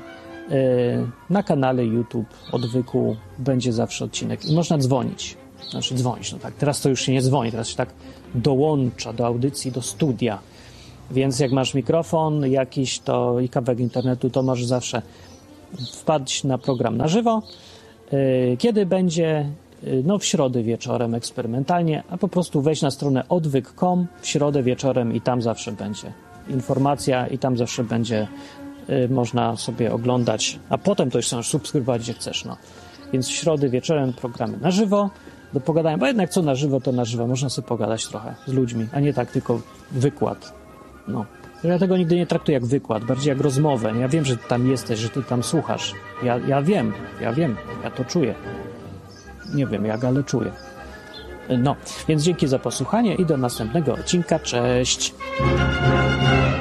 na kanale YouTube Odwyku będzie zawsze odcinek i można dzwonić. Znaczy dzwonić, no tak, teraz to już się nie dzwoni, teraz się tak dołącza do audycji, do studia. Więc jak masz mikrofon jakiś i kawałek internetu, to możesz zawsze wpaść na program na żywo. Kiedy będzie? No w środę wieczorem eksperymentalnie, a po prostu wejść na stronę odwyk.com w środę wieczorem i tam zawsze będzie informacja i tam zawsze będzie można sobie oglądać, a potem to już możesz subskrybować, gdzie chcesz. No. Więc w środę wieczorem programy na żywo do pogadania, bo jednak co na żywo, to na żywo. Można sobie pogadać trochę z ludźmi, a nie tak tylko wykład. No. Ja tego nigdy nie traktuję jak wykład, bardziej jak rozmowę. Ja wiem, że ty tam jesteś, że ty tam słuchasz. Ja wiem, ja to czuję. Nie wiem jak, ale czuję. No, więc dzięki za posłuchanie i do następnego odcinka. Cześć!